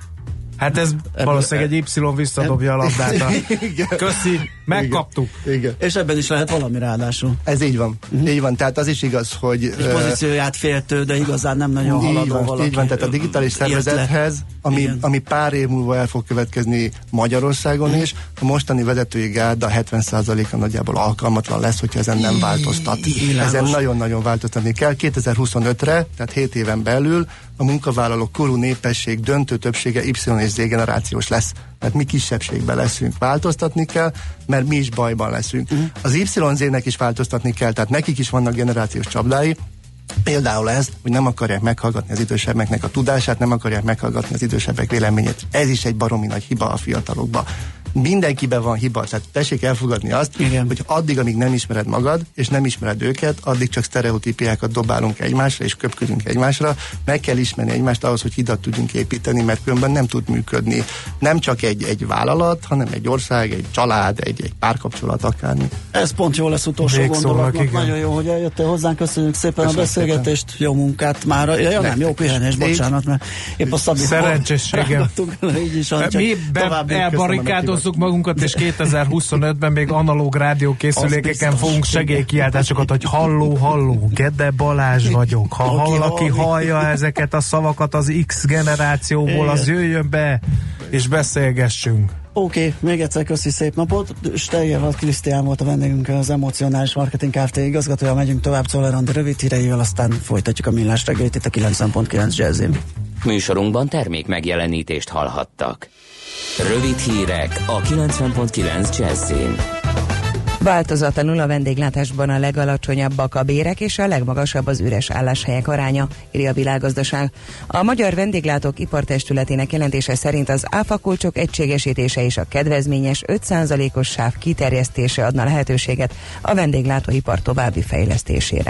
Speaker 3: Hát ez ebből, valószínűleg egy Y visszadobja a labdát. Köszi, megkaptuk.
Speaker 4: Igen. Igen.
Speaker 2: És ebben is lehet valami ráadásul.
Speaker 4: Ez így van. Uh-huh. Így van, tehát az is igaz, hogy...
Speaker 2: És pozícióját féltő, de igazán nem nagyon haladó
Speaker 4: van,
Speaker 2: valaki.
Speaker 4: Így van, tehát a digitális szervezethez, ami, ami pár év múlva el fog következni Magyarországon uh-huh. is, a mostani vezetői gárda hetven százaléka nagyjából alkalmatlan lesz, hogyha ezen nem változtat. Ezen nagyon-nagyon változtatni kell. kétezer-huszonötre, tehát hét éven belül a munkavállalók korú népesség döntő többsége Y és Z generációs lesz. Tehát mi kisebbségben leszünk. Változtatni kell, mert mi is bajban leszünk. Uh-huh. Az Y Z-nek is változtatni kell, tehát nekik is vannak generációs csapdái. Például ez, hogy nem akarják meghallgatni az idősebbeknek a tudását, nem akarják meghallgatni az idősebbek véleményét. Ez is egy baromi nagy hiba a fiatalokban. Mindenkiben van hiba, tehát tessék elfogadni azt, igen. hogy addig, amíg nem ismered magad, és nem ismered őket, addig csak sztereotípiákat dobálunk egymásra, és köpködünk egymásra. Meg kell ismerni egymást ahhoz, hogy hidat tudjunk építeni, mert különben nem tud működni. Nem csak egy, egy vállalat, hanem egy ország, egy család, egy, egy párkapcsolat, akármi.
Speaker 2: Ez pont jó lesz utolsó gondolatnak. Nagyon jó, hogy eljöttél hozzánk, köszönjük szépen Köszönjük a beszélgetést, szépen. Jó munkát már. Ja, ja nem, jó pihenés, bocsánat, mert épp a Szabi
Speaker 3: szerencsésségem.
Speaker 2: Így is,
Speaker 3: mi elbarikádozzuk magunkat, és kétezer-huszonötben még analóg rádiókészülékeken fogunk segélykiáltásokat, hogy halló, halló, Gede Balázs vagyok. Ha okay, valaki hallja ezeket a szavakat az X generációból, az jöjjön be, és beszélgessünk.
Speaker 2: Oké, okay, még egyszer köszi, szép napot. Steyer Krisztián volt a vendégünk, az Emocionális Marketing Kft. Igazgatója, megyünk tovább Czoller Andi rövid híreivel, aztán folytatjuk a millás reggelit itt a kilencven pont kilenc Jazzin.
Speaker 1: Műsorunkban termék megjelenítést hallhattak. Rövid hírek a kilencven pont kilenc Jazzin.
Speaker 7: Változatlanul a vendéglátásban a legalacsonyabbak a bérek és a legmagasabb az üres álláshelyek aránya, írja a Világgazdaság. A Magyar Vendéglátók Ipartestületének jelentése szerint az áfakulcsok egységesítése és a kedvezményes öt százalékos sáv kiterjesztése adna lehetőséget a vendéglátóipar további fejlesztésére.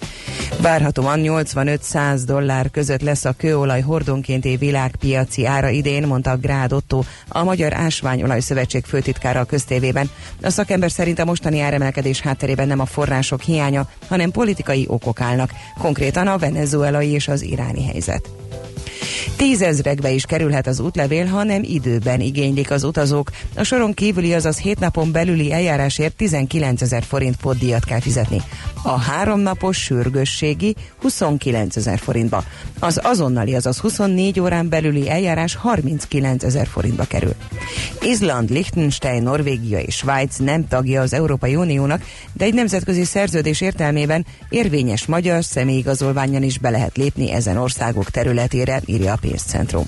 Speaker 7: Várhatóan nyolcvanöt-száz dollár között lesz a kőolaj hordonkénti világpiaci ára idén, mondta Grád Otto, a Magyar Ásványolaj Szövetség főtitkára a köztévében. A szakember szerint a mostani áremelkedés hátterében nem a források hiánya, hanem politikai okok állnak, konkrétan a venezuelai és az iráni helyzet. Tízezrekbe is kerülhet az útlevél, ha nem időben igénylik az utazók. A soron kívüli, azaz hét napon belüli eljárásért tizenkilencezer forint pótdíjat kell fizetni. A háromnapos sürgősségi huszonkilencezer forintba. Az azonnali, azaz huszonnégy órán belüli eljárás harminckilencezer forintba kerül. Izland, Liechtenstein, Norvégia és Svájc nem tagja az Európai Uniónak, de egy nemzetközi szerződés értelmében érvényes magyar személyigazolványon is be lehet lépni ezen országok területére, írja a pénzcentrum.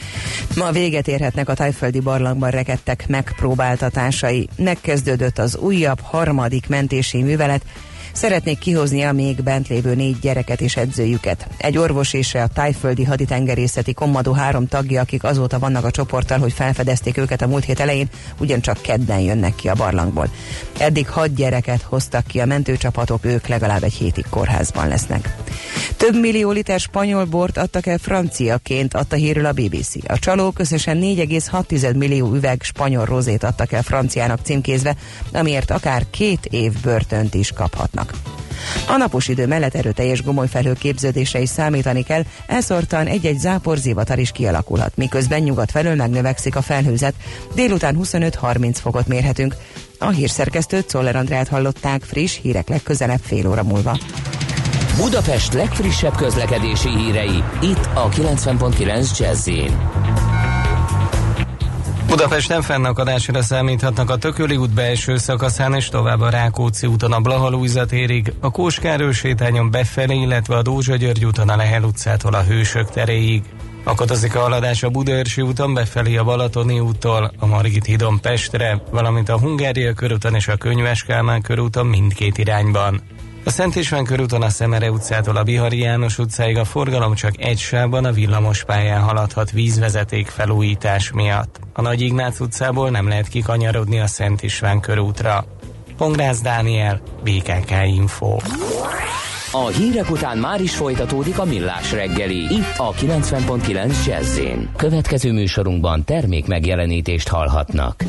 Speaker 7: Ma véget érhetnek a Thaiföldi barlangban rekedtek megpróbáltatásai. Megkezdődött az újabb, harmadik mentési művelet. Szeretnék kihozni a még bent lévő négy gyereket és edzőjüket. Egy orvos és a tájföldi haditengerészeti kommandó három tagja, akik azóta vannak a csoporttal, hogy felfedezték őket a múlt hét elején, ugyancsak kedden jönnek ki a barlangból. Eddig hat gyereket hoztak ki a mentőcsapatok, ők legalább egy hétig kórházban lesznek. Több millió liter spanyol bort adtak el franciaként, adta hírül a bé bé cé. A csalók összesen négy egész hat millió üveg spanyol rozét adtak el franciának címkézve, amiért akár két év börtönt is kaphatnak. A napos idő mellett erőteljes gomolyfelhő képződésre is számítani kell, elszórtan egy-egy zápor zivatar is kialakulhat, miközben nyugat felől megnövekszik a felhőzet, délután huszonöt-harminc fokot mérhetünk. A hírszerkesztőt, Czoller Andrát hallották, friss hírek legközelebb fél óra múlva.
Speaker 1: Budapest legfrissebb közlekedési hírei, itt a kilencven pont kilenc Jazz-in.
Speaker 8: Budapesten fennakadásra számíthatnak a Tököli út belső szakaszán és tovább a Rákóczi úton a Blaha-Lujza térig, a Kós-Károly sétányon befelé, illetve a Dózsa-György úton a Lehel utcától a Hősök teréig. Akadozik a haladás a Budaörsi úton befelé a Balatoni úttól, a Margit hídon Pestre, valamint a Hungária körúton és a Könyves Kálmán körúton mindkét irányban. A Szent István körúton a Szemere utcától a Bihari János utcáig a forgalom csak egy sávban a villamos pályán haladhat vízvezeték felújítás miatt. A Nagy Ignác utcából nem lehet kikanyarodni a Szent István körútra. Pongrász Dániel, bé ká ká Info.
Speaker 1: A hírek után már is folytatódik a Millás reggeli, itt a kilencven pont kilenc Jazz-in. Következő műsorunkban termék megjelenítést hallhatnak.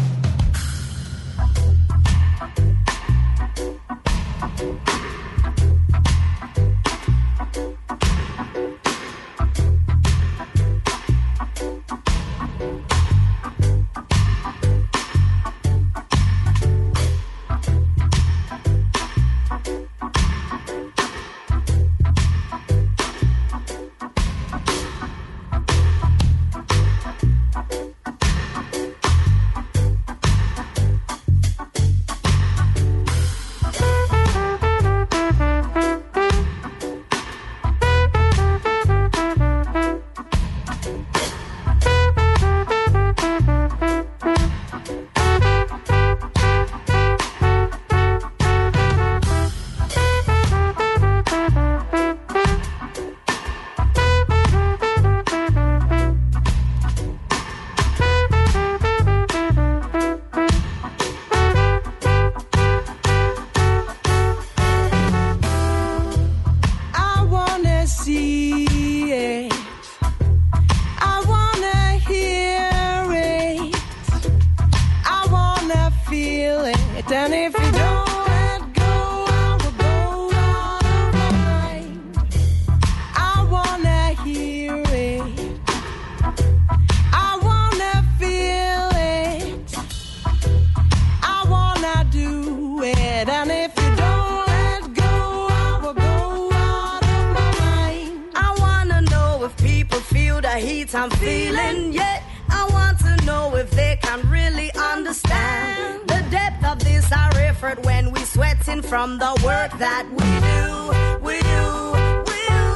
Speaker 9: I'm feeling, yet I want to know if they can really understand the depth of this our effort when we sweating from the work that we do, we do, we do.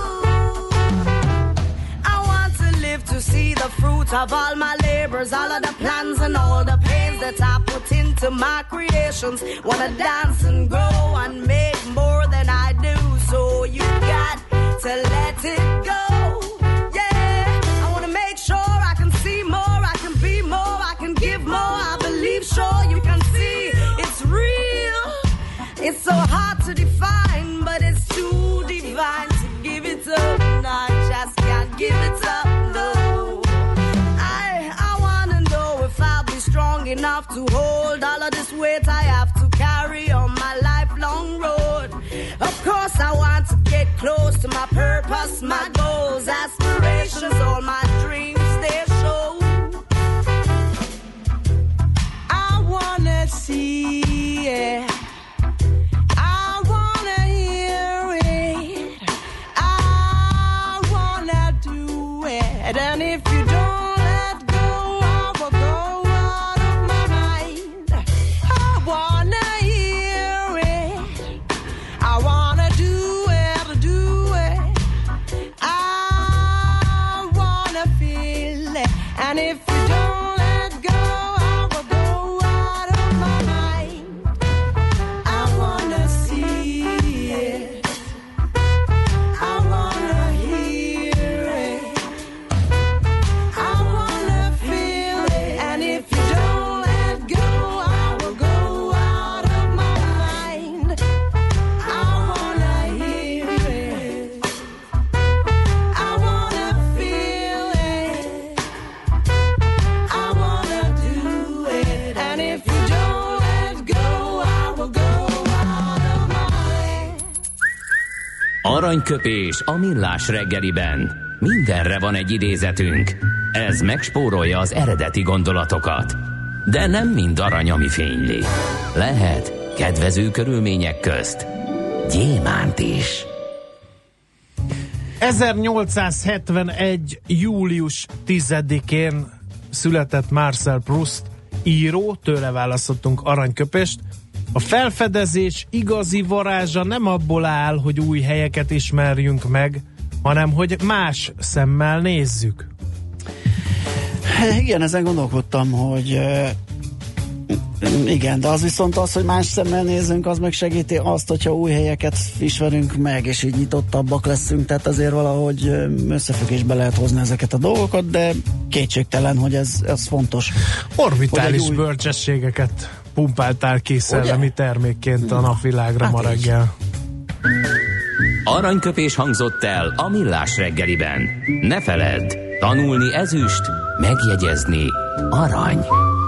Speaker 9: I want to live to see the fruit of all my labors, all of the plans and all the pains that I put into my creations. Wanna dance and grow and make more than I do, so you got to let it go. Make sure I can see more, I can be more, I can give more. I believe, sure you can see it's real. It's so hard to define, but it's too divine to give it up. And I just can't give it up, no. I I wanna know if I'll be strong enough to hold all of this weight I have to carry on my lifelong road. Of course I want to get close to my purpose, my goals, aspirations, all my dreams they show. I wanna see it, I wanna hear it, I wanna do it, and if you don't let go, I will go out of my mind. I wanna hear it, I wanna do it, do it, I wanna feel it, and if you don't let go, I will go out of my mind. I wanna see
Speaker 1: Aranyköpés a millás reggeliben. Mindenre van egy idézetünk. Ez megspórolja az eredeti gondolatokat. De nem mind arany, ami fényli. Lehet kedvező körülmények közt gyémánt is.
Speaker 3: ezernyolcszázhetvenegy. július tizedikén született Marcel Proust, író, tőle választottunk aranyköpést. A felfedezés igazi varázsa nem abból áll, hogy új helyeket ismerjünk meg, hanem hogy más szemmel nézzük.
Speaker 2: Igen, ezen gondolkodtam, hogy igen, de az viszont az, hogy más szemmel nézzünk, az meg segíti azt, hogyha új helyeket ismerünk meg, és így nyitottabbak leszünk, tehát azért valahogy összefüggésbe lehet hozni ezeket a dolgokat, de kétségtelen, hogy ez, ez fontos.
Speaker 3: Orbitális
Speaker 2: új...
Speaker 3: bölcsességeket pumpáltál ki szellemi termékként a napvilágra hát ma reggel.
Speaker 1: Aranyköpés hangzott el a millás reggeliben. Ne feledd, tanulni ezüst, megjegyezni arany.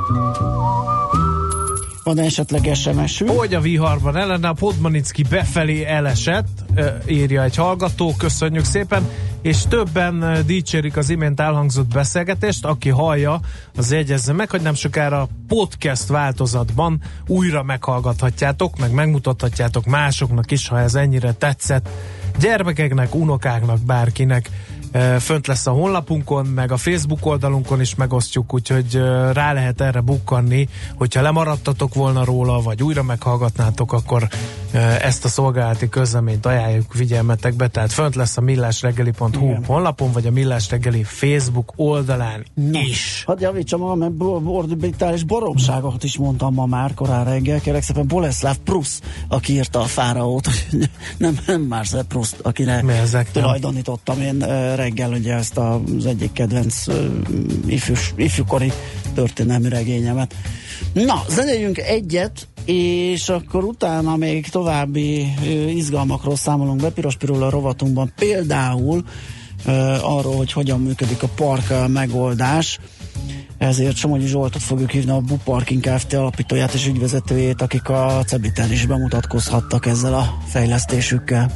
Speaker 2: Van esetleg es em es-ünk?
Speaker 3: Hogy a viharban ellene, a Podmanicki befelé elesett, írja egy hallgató, köszönjük szépen, és többen dicsérik az imént elhangzott beszélgetést, aki hallja, az jegyezze meg, hogy nem sokára podcast változatban újra meghallgathatjátok, meg megmutathatjátok másoknak is, ha ez ennyire tetszett, gyermekeknek, unokáknak, bárkinek. Fönt lesz a honlapunkon, meg a Facebook oldalunkon is megosztjuk, úgyhogy rá lehet erre bukkanni, hogyha lemaradtatok volna róla, vagy újra meghallgatnátok, akkor ezt a szolgálati közleményt ajánljuk figyelmetekbe, tehát fönt lesz a millásreggeli pont hu igen. honlapon, vagy a Millás Reggeli Facebook oldalán Na, is.
Speaker 2: Hadd javítsam, mert orbitális baromságokat is mondtam ma már korán reggel, kérlek szépen Boleslav Proust, aki írta a Fáraót, nem, nem Marcel Proust, akire tulajdonítottam én reggel ugye ezt az egyik kedvenc uh, ifjús, ifjúkori történelmi regényemet. Na, zenéljünk egyet, és akkor utána még további uh, izgalmakról számolunk be Piros Pirula rovatunkban, például uh, arról, hogy hogyan működik a park megoldás. Ezért Somogyi Zsoltot fogjuk hívni, a Buparking Kft. Alapítóját és ügyvezetőjét, akik a Cebiten is bemutatkozhattak ezzel a fejlesztésükkel.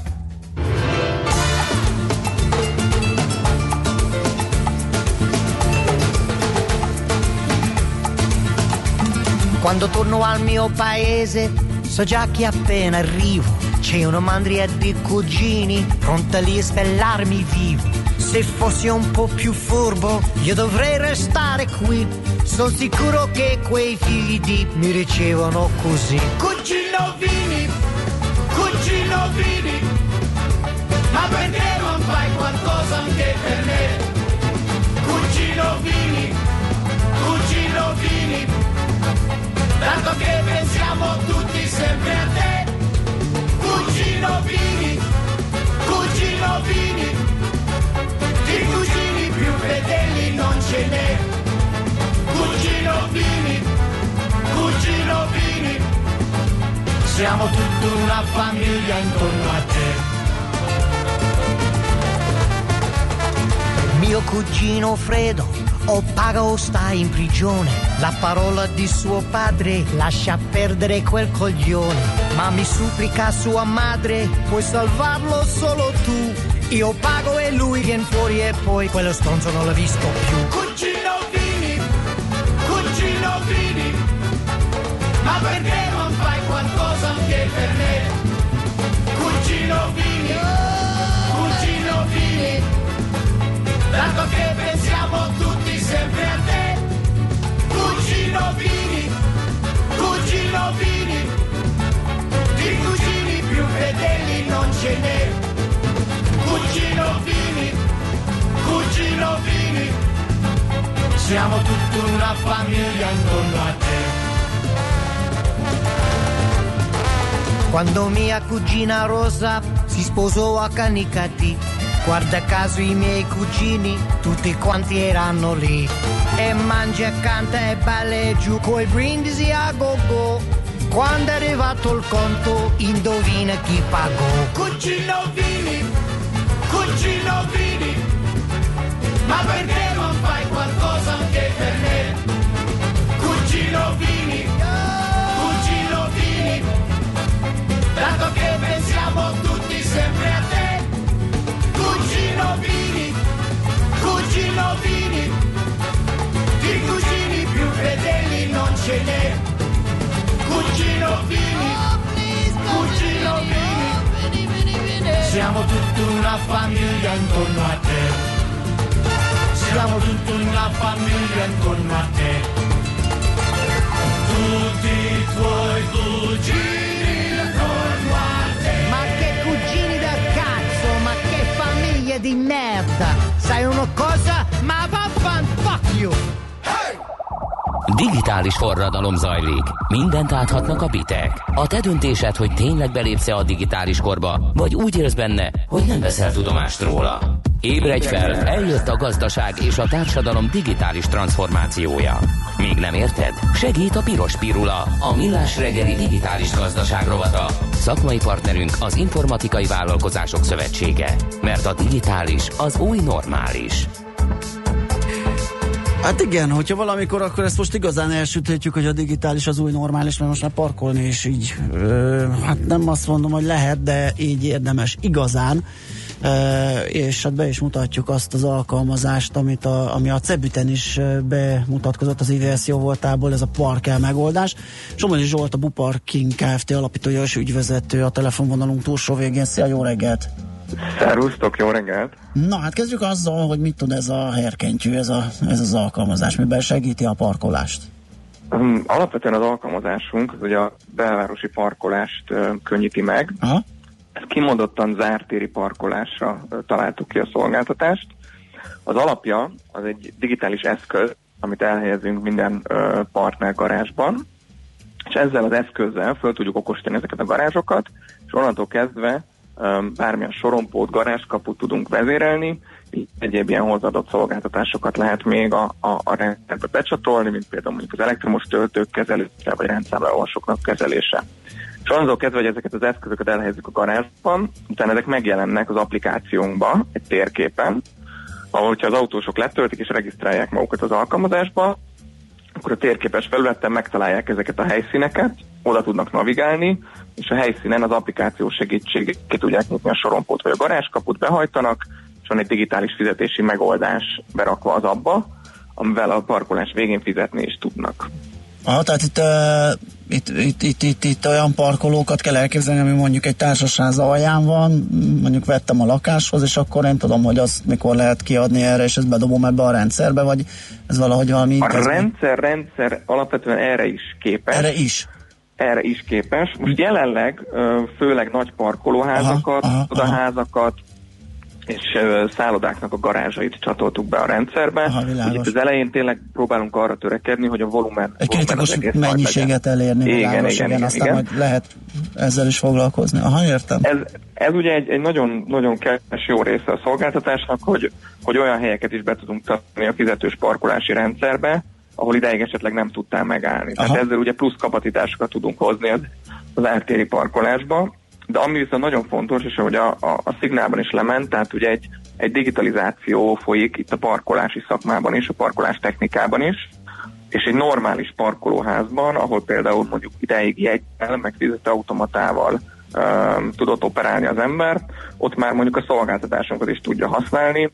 Speaker 10: Quando torno al mio paese so già che appena arrivo c'è una mandria di cugini pronta lì a spellarmi vivo. Se fossi un po' più furbo io dovrei restare qui. Sono sicuro che quei figli di mi ricevono così. Cugino Vini, cugino Vini, ma perché non fai qualcosa anche per me? Cugino Vini, cugino Vini, tanto che pensiamo tutti sempre a te. Cugino Vini, cugino Vini, di cugini più fedeli non ce n'è. Cugino Vini, cugino Vini, siamo tutta una famiglia intorno a te. Mio cugino Fredo o paga o sta in prigione. La parola di suo padre lascia perdere quel coglione. Ma mi supplica sua madre, puoi salvarlo solo tu. Io pago e lui viene fuori e poi quello stronzo non l'ho visto più. Cugino Vini, cugino Vini, ma perché non fai qualcosa anche per me? Cugino Vini, cugino Vini, tanto che pensiamo tutti sempre a te. Cugino Vini, cugino Vini, di cugini più fedeli non ce n'è. Cugino Vini, cugino Vini, siamo tutta una famiglia intorno a te. Quando mia cugina Rosa si sposò a Canicati, guarda caso i miei cugini tutti quanti erano lì. E mangia, canta e balla e giù coi brindisi a go-go. Quando è arrivato il conto, indovina chi pagò. Cugino Vini, cugino Vini, ma perché non fai qualcosa anche per me? Cugino Vini, cugino Vini, tanto che pensiamo tutti sempre a te. Cene, cugino Vini, cugino Vini. Siamo tutta una famiglia intorno a te. Siamo tutta una famiglia intorno a te. Tutti i tuoi cugini intorno a te. Ma che cugini del cazzo, ma che famiglia di merda. Sai una cosa? Ma vaffan fuck you.
Speaker 1: Digitális forradalom zajlik. Mindent áthatnak a bitek. A te döntésed, hogy tényleg belépsz-e a digitális korba, vagy úgy élsz benne, hogy nem veszel tudomást róla. Ébredj fel, eljött a gazdaság és a társadalom digitális transformációja. Még nem érted? Segít a Piros Pirula, a Millás reggeli digitális gazdaság rovata. Szakmai partnerünk az Informatikai Vállalkozások Szövetsége. Mert a digitális az új normális.
Speaker 2: Hát igen, hogyha valamikor, akkor ezt most igazán elsüthetjük, hogy a digitális az új normális, mert most már parkolni is így, ö, hát nem azt mondom, hogy lehet, de így érdemes igazán, ö, és hát be is mutatjuk azt az alkalmazást, amit a, ami a Cebüten is bemutatkozott az i vé es jó voltából, ez a Parkel megoldás. Somogyi Zsolt, a Buparking Kft. Alapítója és ügyvezető a telefonvonalunk túlsó végén. Szia, jó reggelt!
Speaker 11: Szervusztok, jó reggelt!
Speaker 2: Na hát kezdjük azzal, hogy mit tud ez a herkentyű, ez, a, ez az alkalmazás, miben segíti a parkolást.
Speaker 11: Um, alapvetően az alkalmazásunk az ugye a belvárosi parkolást uh, könnyíti meg.
Speaker 2: Aha.
Speaker 11: Ez kimondottan zártéri parkolásra uh, találtuk ki a szolgáltatást. Az alapja az egy digitális eszköz, amit elhelyezünk minden uh, partner garázsban, és ezzel az eszközzel föl tudjuk okosítani ezeket a garázsokat, és onnantól kezdve bármilyen sorompót, garázskaput tudunk vezérelni, így egyéb ilyen hozzáadott szolgáltatásokat lehet még a, a, a rendszerbe becsatolni, mint például mondjuk az elektromos töltők kezelése, vagy rendszámlálósoknak kezelése. És onnantól kezdve, hogy ezeket az eszközöket elhelyezzük a garázsban, utána ezek megjelennek az applikációnkban, egy térképen, ahol, hogyha az autósok letöltik és regisztrálják magukat az alkalmazásba, akkor a térképes felületen megtalálják ezeket a helyszíneket, oda tudnak navigálni, és a helyszínen az applikáció segítségével ki tudják nyitni a sorompót vagy a garázskaput, behajtanak, és van egy digitális fizetési megoldás berakva az abba, amivel a parkolás végén fizetni is tudnak.
Speaker 2: Aha, tehát itt, uh, itt, itt, itt, itt, itt olyan parkolókat kell elképzelni, ami mondjuk egy társasház alján van, mondjuk vettem a lakáshoz, és akkor én tudom, hogy azt mikor lehet kiadni erre, és ezt bedobom ebbe a rendszerbe, vagy ez valahogy valami...
Speaker 11: A rendszer, rendszer alapvetően erre is képes.
Speaker 2: Erre is?
Speaker 11: Erre is képes. Most jelenleg főleg nagy parkolóházakat, odaházakat, és uh, szállodáknak a garázsait csatoltuk be a rendszerbe.
Speaker 2: Aha,
Speaker 11: Ugye az elején tényleg próbálunk arra törekedni, hogy a volumen...
Speaker 2: Egy kritikus mennyiséget elérni,
Speaker 11: igen, igen, igen, igen,
Speaker 2: aztán
Speaker 11: igen.
Speaker 2: majd lehet ezzel is foglalkozni. Aha, értem.
Speaker 11: Ez, ez ugye egy, egy nagyon, nagyon kellemes jó része a szolgáltatásnak, hogy, hogy olyan helyeket is be tudunk tartani a fizetős parkolási rendszerbe, ahol ideig esetleg nem tudtál megállni. Aha. Tehát ezzel ugye plusz kapacitásokat tudunk hozni az, az ártéri parkolásba. De ami viszont nagyon fontos, és ahogy a, a, a szignálban is lement, tehát ugye egy, egy digitalizáció folyik itt a parkolási szakmában is, a parkolás technikában is, és egy normális parkolóházban, ahol például mondjuk ideig jeggyel, meg fizető automatával um, tudott operálni az ember, ott már mondjuk a szolgáltatásunkat is tudja használni,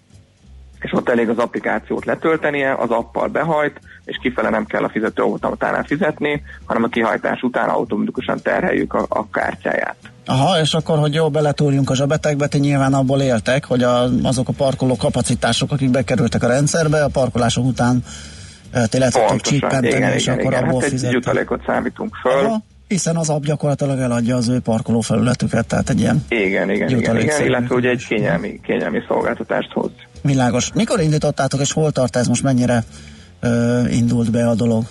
Speaker 11: és ott elég az applikációt letöltenie, az appal behajt, és kifele nem kell a fizető automatánál fizetni, hanem a kihajtás után automatikusan terheljük a, a kártyáját.
Speaker 2: Aha, és akkor, hogy jól beletúrjunk a zsebetekbe, ti nyilván abból éltek, hogy a, azok a parkoló kapacitások, akik bekerültek a rendszerbe, a parkolások után ti le tudtok csíppenteni, és
Speaker 11: igen,
Speaker 2: akkor
Speaker 11: igen.
Speaker 2: abból
Speaker 11: hát
Speaker 2: fizettek.
Speaker 11: egy jutalékot számítunk föl.
Speaker 2: Aha, hiszen az app gyakorlatilag eladja az ő parkoló felületüket, tehát egy ilyen
Speaker 11: igen, igen, igen, igen, illetve ugye egy kényelmi, kényelmi szolgáltatást hoz.
Speaker 2: Világos. Mikor indítottátok, és hol tart ez most, mennyire ö, indult be a dolog?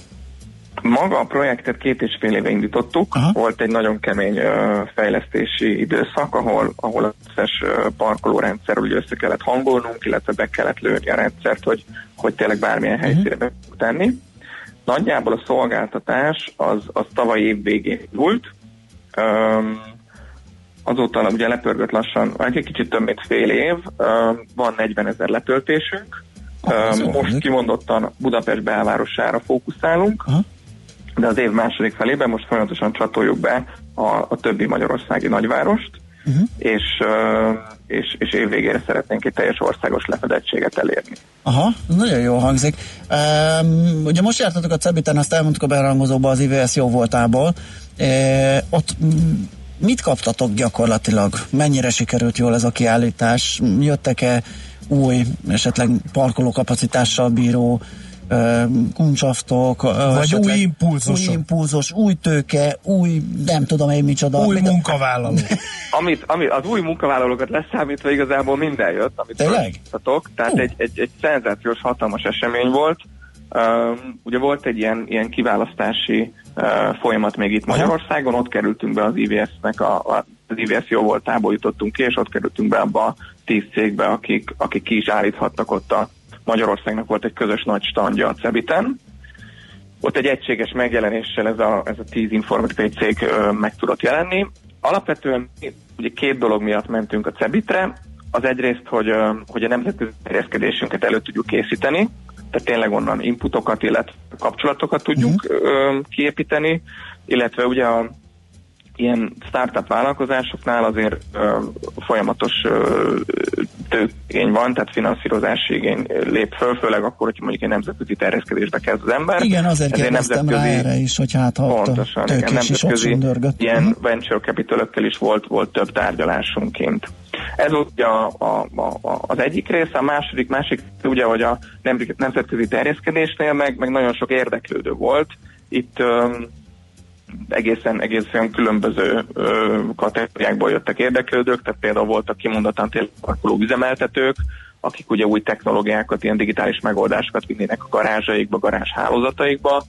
Speaker 11: Maga a projektet két és fél éve indítottuk. Aha. Volt egy nagyon kemény ö, fejlesztési időszak, ahol, ahol az összes ö, parkolórendszerről ugye össze kellett hangolnunk, illetve be kellett lőni a rendszert, hogy, hogy tényleg bármilyen uh-huh. helyszínre be tudjuk tenni. Nagyjából a szolgáltatás az, az tavaly év végén volt. Um, azóta ugye lepörgött lassan, egy kicsit több mint fél év, um, van negyvenezer letöltésünk. Ah, um, most kimondottan Budapest belvárosára fókuszálunk, uh-huh. de az év második felében most folyamatosan csatoljuk be a, a többi magyarországi nagyvárost, uh-huh. és, uh, és, és év végére szeretnénk egy teljes országos lefedettséget elérni.
Speaker 2: Aha, nagyon jól hangzik. Um, ugye most jártatok a Cebiten, azt elmondtuk a berangozóba az i vé es jó voltából. E, ott mit kaptatok gyakorlatilag? Mennyire sikerült jól ez a kiállítás? Jöttek-e új, esetleg parkolókapacitással bíró kuncsaftok,
Speaker 3: vagy új impulzusok.
Speaker 2: Új impulzus, új tőke, új nem tudom én micsoda.
Speaker 3: Új munkavállalók.
Speaker 11: amit, ami, az új munkavállalókat leszámítva igazából minden jött, amit felmutatok. Tehát egy, egy, egy szenzációs, hatalmas esemény volt. Um, ugye volt egy ilyen, ilyen kiválasztási uh, folyamat még itt Magyarországon, ott kerültünk be az i vé es-nek, a, a, az i vé es jó voltából jutottunk ki, és ott kerültünk be abba a tíz cégbe, akik, akik ki is állíthattak ott a Magyarországnak volt egy közös nagy standja a Cebiten. Ott egy egységes megjelenéssel ez a, ez a tíz informatikai cég ö, meg tudott jelenni. Alapvetően ugye két dolog miatt mentünk a Cebitre. Az egyrészt, hogy, ö, hogy a nemzetközi terjeszkedésünket elő tudjuk készíteni, tehát tényleg onnan inputokat, illetve kapcsolatokat tudjuk uh-huh. ö, kiépíteni, illetve ugye a ilyen startup vállalkozásoknál azért ö, folyamatos ö, tőkigény van, tehát finanszírozási igény lép föl, főleg akkor, hogyha mondjuk egy nemzetközi terjeszkedésbe kezd az ember.
Speaker 2: Igen, azért kérdeztem rá erre is, hogy hát ha
Speaker 11: pontosan,
Speaker 2: a
Speaker 11: igen, nemzetközi ilyen
Speaker 2: uh-huh.
Speaker 11: venture capital-ökkel is volt, volt több tárgyalásunk kint. Ez ugye a, a, a, az egyik része, a második, másik ugye, hogy a nemzetközi terjeszkedésnél meg, meg nagyon sok érdeklődő volt. Itt ö, egészen, egészen különböző ö, kategóriákból jöttek érdeklődők, tehát például voltak kimondottan tényleg üzemeltetők, akik ugye új technológiákat, ilyen digitális megoldásokat vinnének a garázsaikba, garázshálózataikba.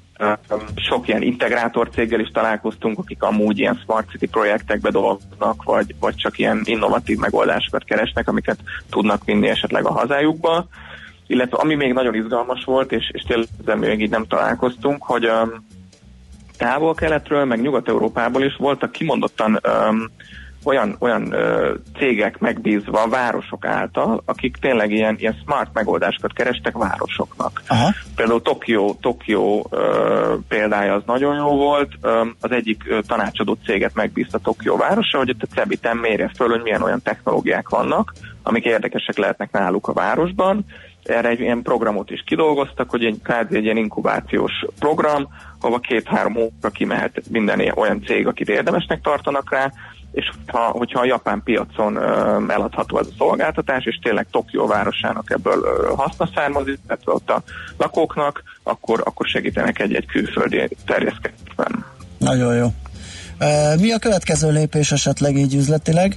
Speaker 11: Sok ilyen integrátor céggel is találkoztunk, akik amúgy ilyen Smart City projektekbe dolgoznak, vagy, vagy csak ilyen innovatív megoldásokat keresnek, amiket tudnak vinni esetleg a hazájukba. Illetve ami még nagyon izgalmas volt, és, és tényleg még így nem találkoztunk, hogy um, távol-keletről, meg Nyugat-Európából is voltak kimondottan um, olyan, olyan uh, cégek megbízva városok által, akik tényleg ilyen, ilyen smart megoldásokat kerestek városoknak. Aha. Például Tokió, Tokió uh, példája az nagyon jó volt, um, az egyik uh, tanácsadó céget megbízta Tokió városa, hogy ott a Cebiten mérje föl, hogy milyen olyan technológiák vannak, amik érdekesek lehetnek náluk a városban. Erre egy ilyen programot is kidolgoztak, hogy egy kvázi egy ilyen inkubációs program, ahova két-három hónapra kimehet minden olyan cég, akit érdemesnek tartanak rá, és ha, hogyha a japán piacon ö, eladható ez a szolgáltatás, és tényleg Tokió városának ebből ö, haszna származik, illetve ott a lakóknak, akkor, akkor segítenek egy-egy külföldi terjeszkedésben.
Speaker 2: Nagyon jó. E, mi a következő lépés esetleg így üzletileg?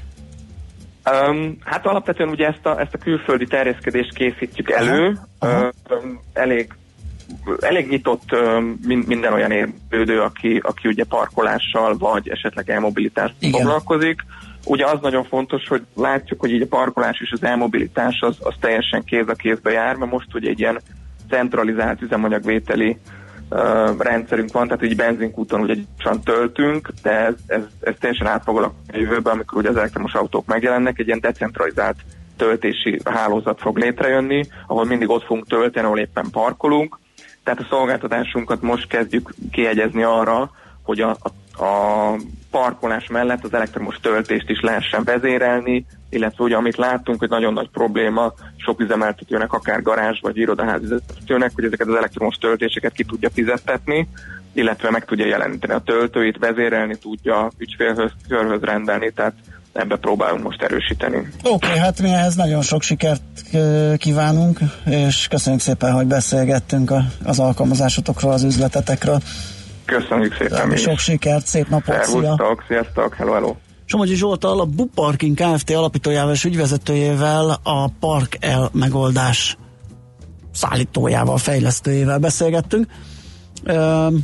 Speaker 11: Um, hát alapvetően ugye ezt a, ezt a külföldi terjeszkedést készítjük elő. Uh, um, elég, elég nyitott um, minden olyan érdeklődő, aki, aki ugye parkolással vagy esetleg elmobilitással foglalkozik. Ugye az nagyon fontos, hogy látjuk, hogy így a parkolás és az elmobilitás az, az teljesen kéz a kézbe jár, mert most ugye egy ilyen centralizált üzemanyagvételi Uh, rendszerünk van, tehát így benzinkúton ugye gyorsan töltünk, de ez, ez, ez teljesen át fog alakulni a jövőben, amikor ugye az elektromos autók megjelennek, egy ilyen decentralizált töltési hálózat fog létrejönni, ahol mindig ott fogunk tölteni, ahol éppen parkolunk. Tehát a szolgáltatásunkat most kezdjük kiegyezni arra, hogy a, a, a parkolás mellett az elektromos töltést is lehessen vezérelni, illetve ugye amit láttunk, hogy nagyon nagy probléma sok üzemeltetőnek, akár garázs vagy irodaház üzemeltetőnek, hogy ezeket az elektromos töltéseket ki tudja fizettetni, illetve meg tudja jeleníteni a töltőit, vezérelni tudja, ügyfélhöz, körhöz rendelni, tehát ebbe próbálunk most erősíteni. Oké,
Speaker 2: okay, hát mi ehhez nagyon sok sikert kívánunk, és köszönjük szépen, hogy beszélgettünk az alkalmazásotokról, az üzletetekről.
Speaker 11: Köszönjük szépen.
Speaker 2: Sok sikert, szép napot,
Speaker 11: szia! Sziasztok, hello, hello!
Speaker 2: Somogyi Zsolttal, a Buparking Kft. Alapítójával és ügyvezetőjével, a Park El megoldás szállítójával, fejlesztőjével beszélgettünk. Üm...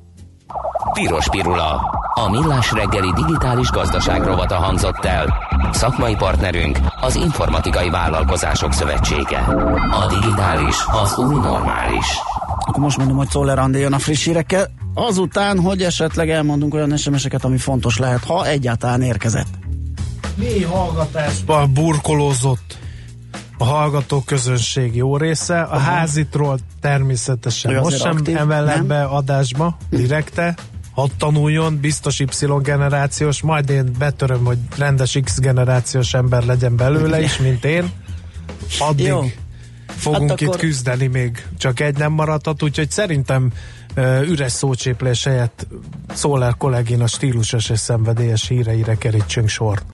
Speaker 1: Piros Pirula, a millás reggeli digitális gazdaság rovata hangzott el. Szakmai partnerünk az Informatikai Vállalkozások Szövetsége. A digitális az új normális.
Speaker 2: Akkor most mondom, hogy Czoller Andi jön a friss hírekkel, azután, hogy esetleg elmondunk olyan es em es-eket, ami fontos lehet, ha egyáltalán érkezett.
Speaker 3: Mély hallgatásban burkolózott a hallgató közönség jó része. A uh-huh. házitról természetesen ő most sem emelem be adásba, direkte. Hadd tanuljon, biztos Y generációs, majd én betöröm, hogy rendes X generációs ember legyen belőle is, mint én. Addig...
Speaker 2: Jó.
Speaker 3: fogunk
Speaker 2: hát
Speaker 3: itt
Speaker 2: akkor...
Speaker 3: küzdeni még. Csak egy nem maradhat, úgyhogy szerintem uh, üres szócséplés helyett Szoller kollégén a stílusos és szenvedélyes híreire kerítsünk sort.